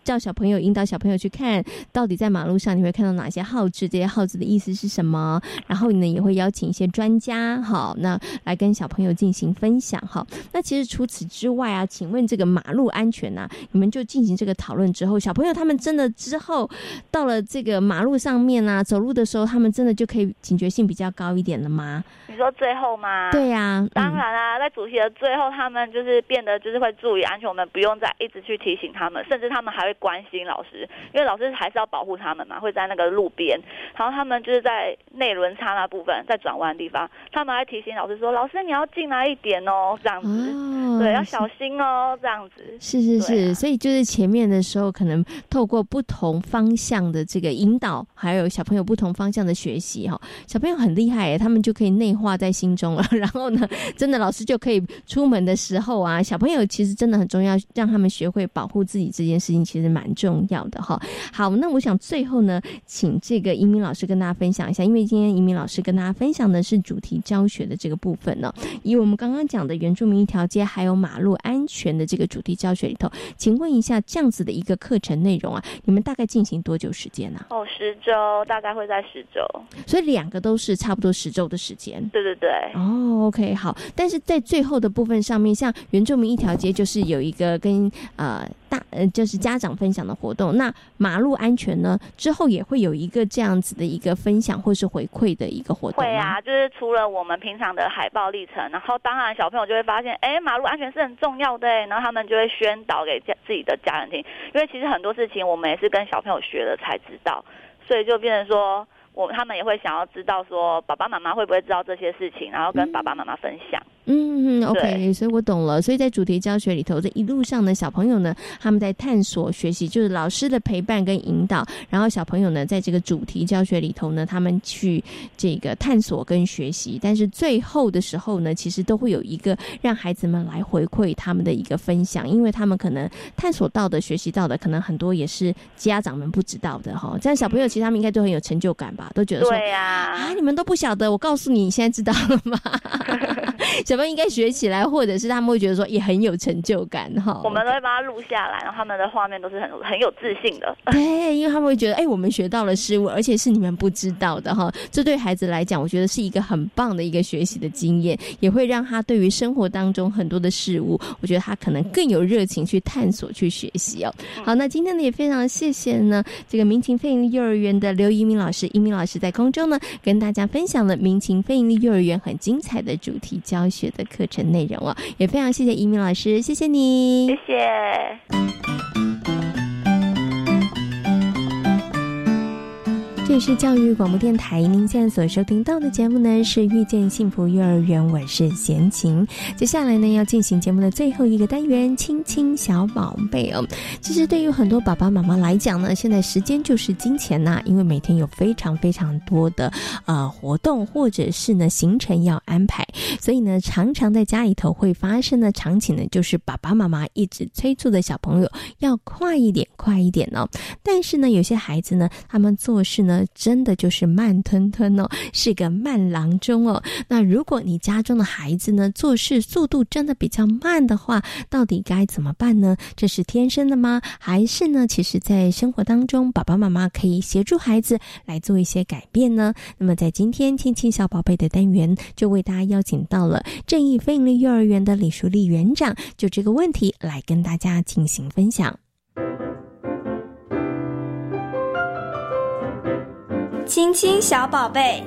叫小朋友引导小朋友去看到底在马路上你会看到哪些号志，这些号志的意思是什么，然后你呢也会邀请一些专家好，那来跟小朋友进行分享好。那其实除此之外啊，请问这个马路安全啊，你们就进行这个讨论之后，小朋友他们真的之后到了这个马路上面啊，走路的时候他们真的就可以警觉性比较高一点了吗？ 你说最后吗？ 对啊、嗯、 当然啊，在主题的最后他们就是变得就是会注意安全，我们不用再一直去提醒他们，甚至他们还会关心老师，因为老师还是要保护他们嘛，会在那个路边，然后他们就是在内轮差那部分在转弯的地方，他们还提醒老师说，老师你要进来一点哦，这样子、哦、对，要小心哦，这样子。 是是是、 啊、 所以就是前面的时候可能透过不同方向的这个引导，还有小朋友不同方向的学习，小朋友很厉害耶，他们就可以内化在心中了，然后呢真的老师就可以出门的时候啊，小朋友其实真的很重要，让他们学会保护自己这件事情其实蛮重要的哈。好，那我想最后呢请这个宜民老师跟大家分享一下，因为今天宜民老师跟大家分享的是主题教学的这个部分呢，以我们刚刚讲的原住民一条街还有马路安全的这个主题教学里头，请问一下这样子的一个课程内容啊，你们大概进行多久时间呢、 啊？哦，十周，大概会在十周， 所以两个都是差不多十周的时间。 对对对。 哦 ，OK， 好。但是在最后的部分上面，像原住民一条街就是有一个跟呃大呃就是家长分享的活动，那马路安全呢之后也会有一个这样子的一个分享或是回馈的一个活动吗？ 会啊，就是除了我们平常的海报历程，然后当然小朋友就会发现，哎，马路安全是很重要的，然后他们就会宣导给家自己的家人听，因为其实很多事情我们也是跟小朋友学了才知道，所以就变成说我他们也会想要知道说爸爸妈妈会不会知道这些事情，然后跟爸爸妈妈分享。 嗯 ，OK， 所以我懂了。所以在主题教学里头，这一路上呢，小朋友呢，他们在探索学习，就是老师的陪伴跟引导，然后小朋友呢，在这个主题教学里头呢，他们去这个探索跟学习，但是最后的时候呢，其实都会有一个让孩子们来回馈他们的一个分享，因为他们可能探索到的、学习到的，可能很多也是家长们不知道的哈。这样小朋友其实他们应该都很有成就感吧，都觉得说， 对呀、啊， 啊，你们都不晓得，我告诉你，你现在知道了吗？小朋友应该学起来，或者是他们会觉得说也很有成就感哈。 我们都会把它录下来，然后他们的画面都是很很有自信的。 对，因为他们会觉得，哎、欸，我们学到了事物，而且是你们不知道的哈。这对孩子来讲，我觉得是一个很棒的一个学习的经验，也会让他对于生活当中很多的事物，我觉得他可能更有热情去探索、去学习哦。好，那今天呢也非常谢谢呢这个民情非营利幼儿园的刘宜民老师，宜民老师在空中呢跟大家分享了民情非营利幼儿园很精彩的主题教学的课程内容哦，也非常谢谢宜民老师，谢谢你， 谢谢。 这里是教育广播电台，您现在所收听到的节目呢是遇见幸福幼儿园，我是贤琴。接下来呢要进行节目的最后一个单元，亲亲小宝贝哦。其实对于很多爸爸妈妈来讲呢，现在时间就是金钱呐、啊，因为每天有非常非常多的呃活动或者是呢行程要安排，所以呢常常在家里头会发生的场景呢，就是爸爸妈妈一直催促的小朋友要快一点快一点哦。但是呢有些孩子呢，他们做事呢真的就是慢吞吞哦，是个慢郎中哦。那如果你家中的孩子呢做事速度真的比较慢的话，到底该怎么办呢？这是天生的吗？还是呢其实在生活当中爸爸妈妈可以协助孩子来做一些改变呢？那么在今天亲亲小宝贝的单元，就为大家邀请到了正义非营利幼儿园的李淑丽园长，就这个问题来跟大家进行分享。 亲亲小宝贝，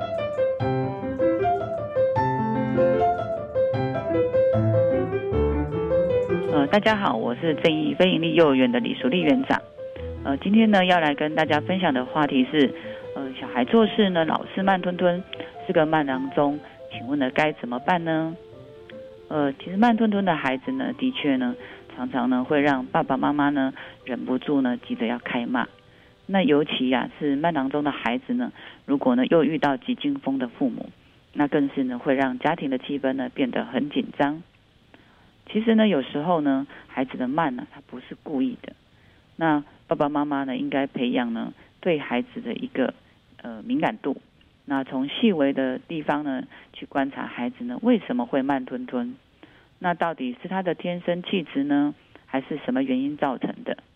呃，大家好，我是正义非营利幼儿园的李淑丽园长。呃，今天呢要来跟大家分享的话题是，呃，小孩做事呢老是慢吞吞，是个慢郎中，请问呢该怎么办呢？呃，其实慢吞吞的孩子呢，的确呢常常呢会让爸爸妈妈呢忍不住呢急着要开骂。那尤其啊是慢郎中的孩子呢，如果呢又遇到急惊风的父母，那更是呢会让家庭的气氛呢变得很紧张。其实呢有时候呢孩子的慢呢他不是故意的，那爸爸妈妈呢应该培养呢对孩子的一个呃敏感度，那从细微的地方呢去观察孩子呢为什么会慢吞吞，那到底是他的天生气质呢，还是什么原因造成的？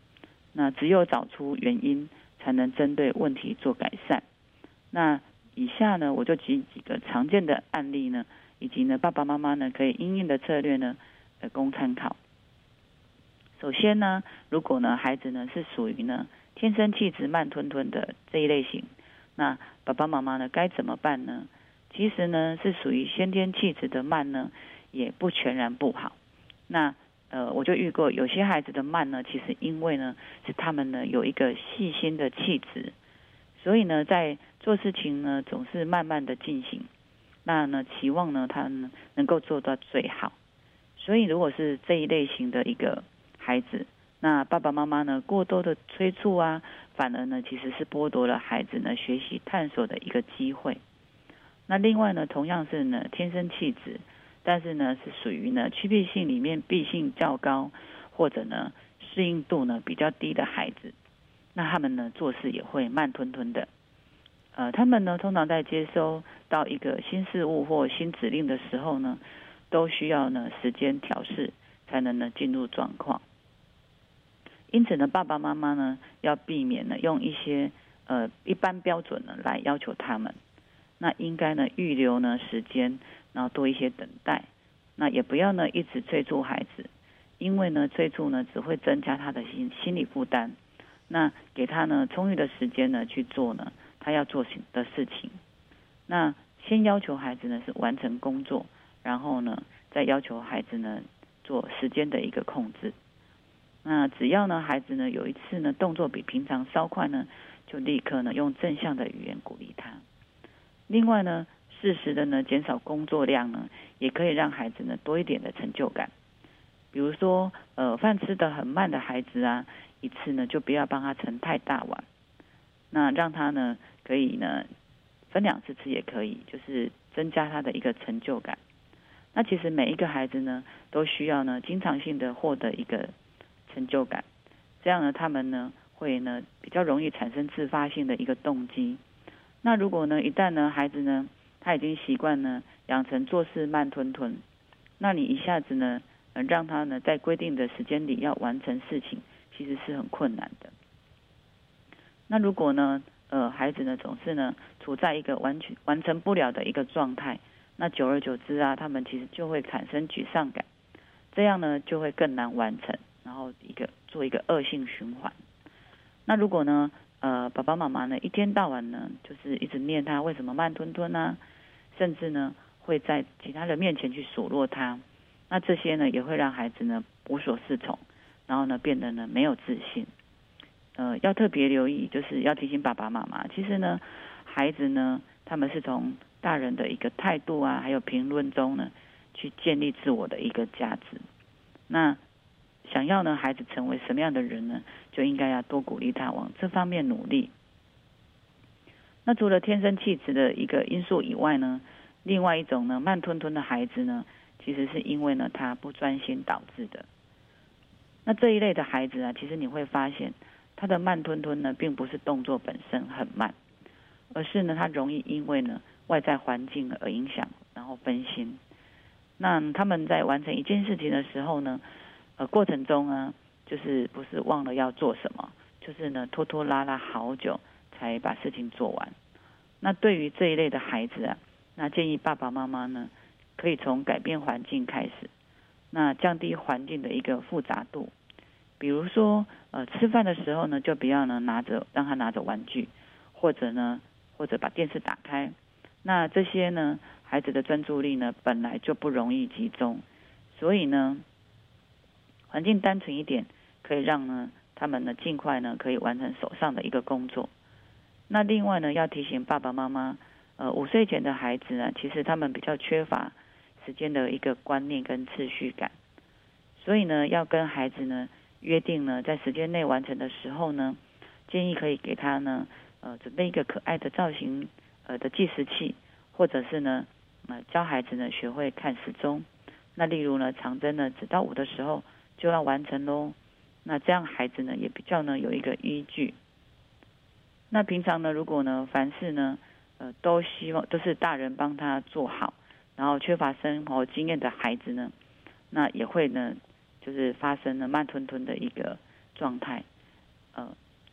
那只有找出原因，才能针对问题做改善。那以下呢，我就举几个常见的案例呢，以及呢爸爸妈妈呢可以因应的策略呢，呃，供参考。首先呢，如果呢孩子呢是属于呢天生气质慢吞吞的这一类型，那爸爸妈妈呢该怎么办呢？其实呢是属于先天气质的慢呢，也不全然不好。那呃，我就遇过有些孩子的慢呢，其实因为呢是他们呢有一个细心的气质，所以呢在做事情呢总是慢慢的进行，那呢期望呢他呢能够做到最好。所以如果是这一类型的一个孩子，那爸爸妈妈呢过多的催促啊，反而呢其实是剥夺了孩子呢学习探索的一个机会。那另外呢，同样是呢天生气质，但是呢是属于呢趋避性里面避性较高，或者呢适应度呢比较低的孩子，那他们呢做事也会慢吞吞的。呃，他们呢通常在接收到一个新事物或新指令的时候呢，都需要呢时间调试，才能呢进入状况。因此呢，爸爸妈妈呢要避免呢用一些呃一般标准呢来要求他们，那应该呢预留呢时间，然后多一些等待。那也不要呢一直催促孩子，因为呢催促呢只会增加他的心心理负担。那给他呢充裕的时间呢去做呢他要做的事情。那先要求孩子呢是完成工作，然后呢再要求孩子呢做时间的一个控制。那只要呢孩子呢有一次呢动作比平常稍快呢，就立刻呢用正向的语言鼓励他。另外呢，适时的呢减少工作量呢，也可以让孩子呢多一点的成就感。比如说，呃，饭吃得很慢的孩子啊，一次呢就不要帮他盛太大碗，那让他呢可以呢分两次吃也可以，就是增加他的一个成就感。那其实每一个孩子呢都需要呢经常性的获得一个成就感，这样呢他们呢会呢比较容易产生自发性的一个动机。那如果呢一旦呢孩子呢他已经习惯呢养成做事慢吞吞，那你一下子呢呃让他呢在规定的时间里要完成事情，其实是很困难的。那如果呢呃孩子呢总是呢处在一个完全完成不了的一个状态，那久而久之啊，他们其实就会产生沮丧感，这样呢就会更难完成，然后一个做一个恶性循环。那如果呢呃爸爸妈妈呢一天到晚呢就是一直念他为什么慢吞吞啊，甚至呢会在其他人面前去数落他，那这些呢也会让孩子呢无所适从，然后呢变得呢没有自信。呃要特别留意，就是要提醒爸爸妈妈，其实呢孩子呢他们是从大人的一个态度啊还有评论中呢去建立自我的一个价值。那想要呢孩子成为什么样的人呢，就应该要多鼓励他往这方面努力。那除了天生气质的一个因素以外呢，另外一种呢慢吞吞的孩子呢，其实是因为呢他不专心导致的。那这一类的孩子啊，其实你会发现他的慢吞吞呢并不是动作本身很慢，而是呢他容易因为呢外在环境而影响，然后分心。那他们在完成一件事情的时候呢呃过程中啊，就是不是忘了要做什么，就是呢拖拖拉拉好久才把事情做完。那对于这一类的孩子啊，那建议爸爸妈妈呢可以从改变环境开始，那降低环境的一个复杂度。比如说呃吃饭的时候呢，就不要呢拿着让他拿着玩具，或者呢或者把电视打开。那这些呢孩子的专注力呢本来就不容易集中，所以呢环境单纯一点，可以让呢他们呢尽快呢可以完成手上的一个工作。那另外呢要提醒爸爸妈妈，呃五岁前的孩子呢，其实他们比较缺乏时间的一个观念跟次序感，所以呢要跟孩子呢约定呢在时间内完成的时候呢，建议可以给他呢呃准备一个可爱的造型呃的计时器，或者是呢呃教孩子呢学会看时钟。那例如呢长针呢指到五的时候就要完成咯，那这样孩子呢也比较呢有一个依据。那平常呢如果呢凡事呢呃都希望都是大人帮他做好，然后缺乏生活经验的孩子呢，那也会呢就是发生了慢吞吞的一个状态。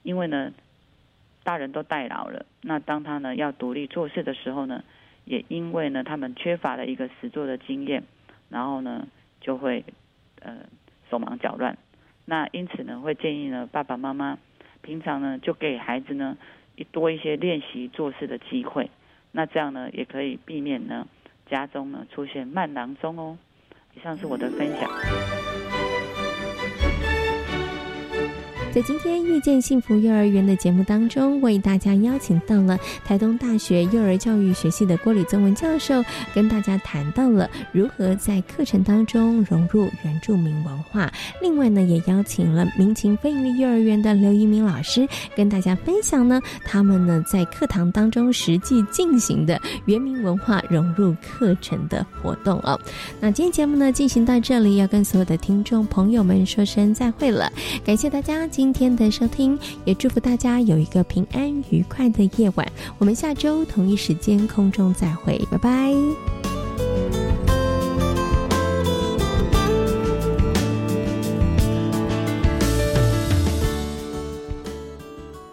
因为呢大人都代劳了，那当他呢要独立做事的时候呢，也因为呢他们缺乏了一个实作的经验，然后呢就会呃手忙脚乱。那因此呢会建议呢爸爸妈妈平常呢就给孩子呢多一些练习做事的机会，那这样呢也可以避免呢家中呢出现慢郎中哦。以上是我的分享。 在今天遇见幸福幼儿园的节目当中，为大家邀请到了台东大学幼儿教育学系的郭李宗文教授，跟大家谈到了如何在课程当中融入原住民文化。另外呢，也邀请了民情非营利幼儿园的刘一鸣老师，跟大家分享呢他们呢在课堂当中实际进行的原民文化融入课程的活动哦。那今天节目呢进行到这里，要跟所有的听众朋友们说声再会了，感谢大家今天的收听，也祝福大家有一个平安愉快的夜晚。我们下周同一时间空中再会，拜拜。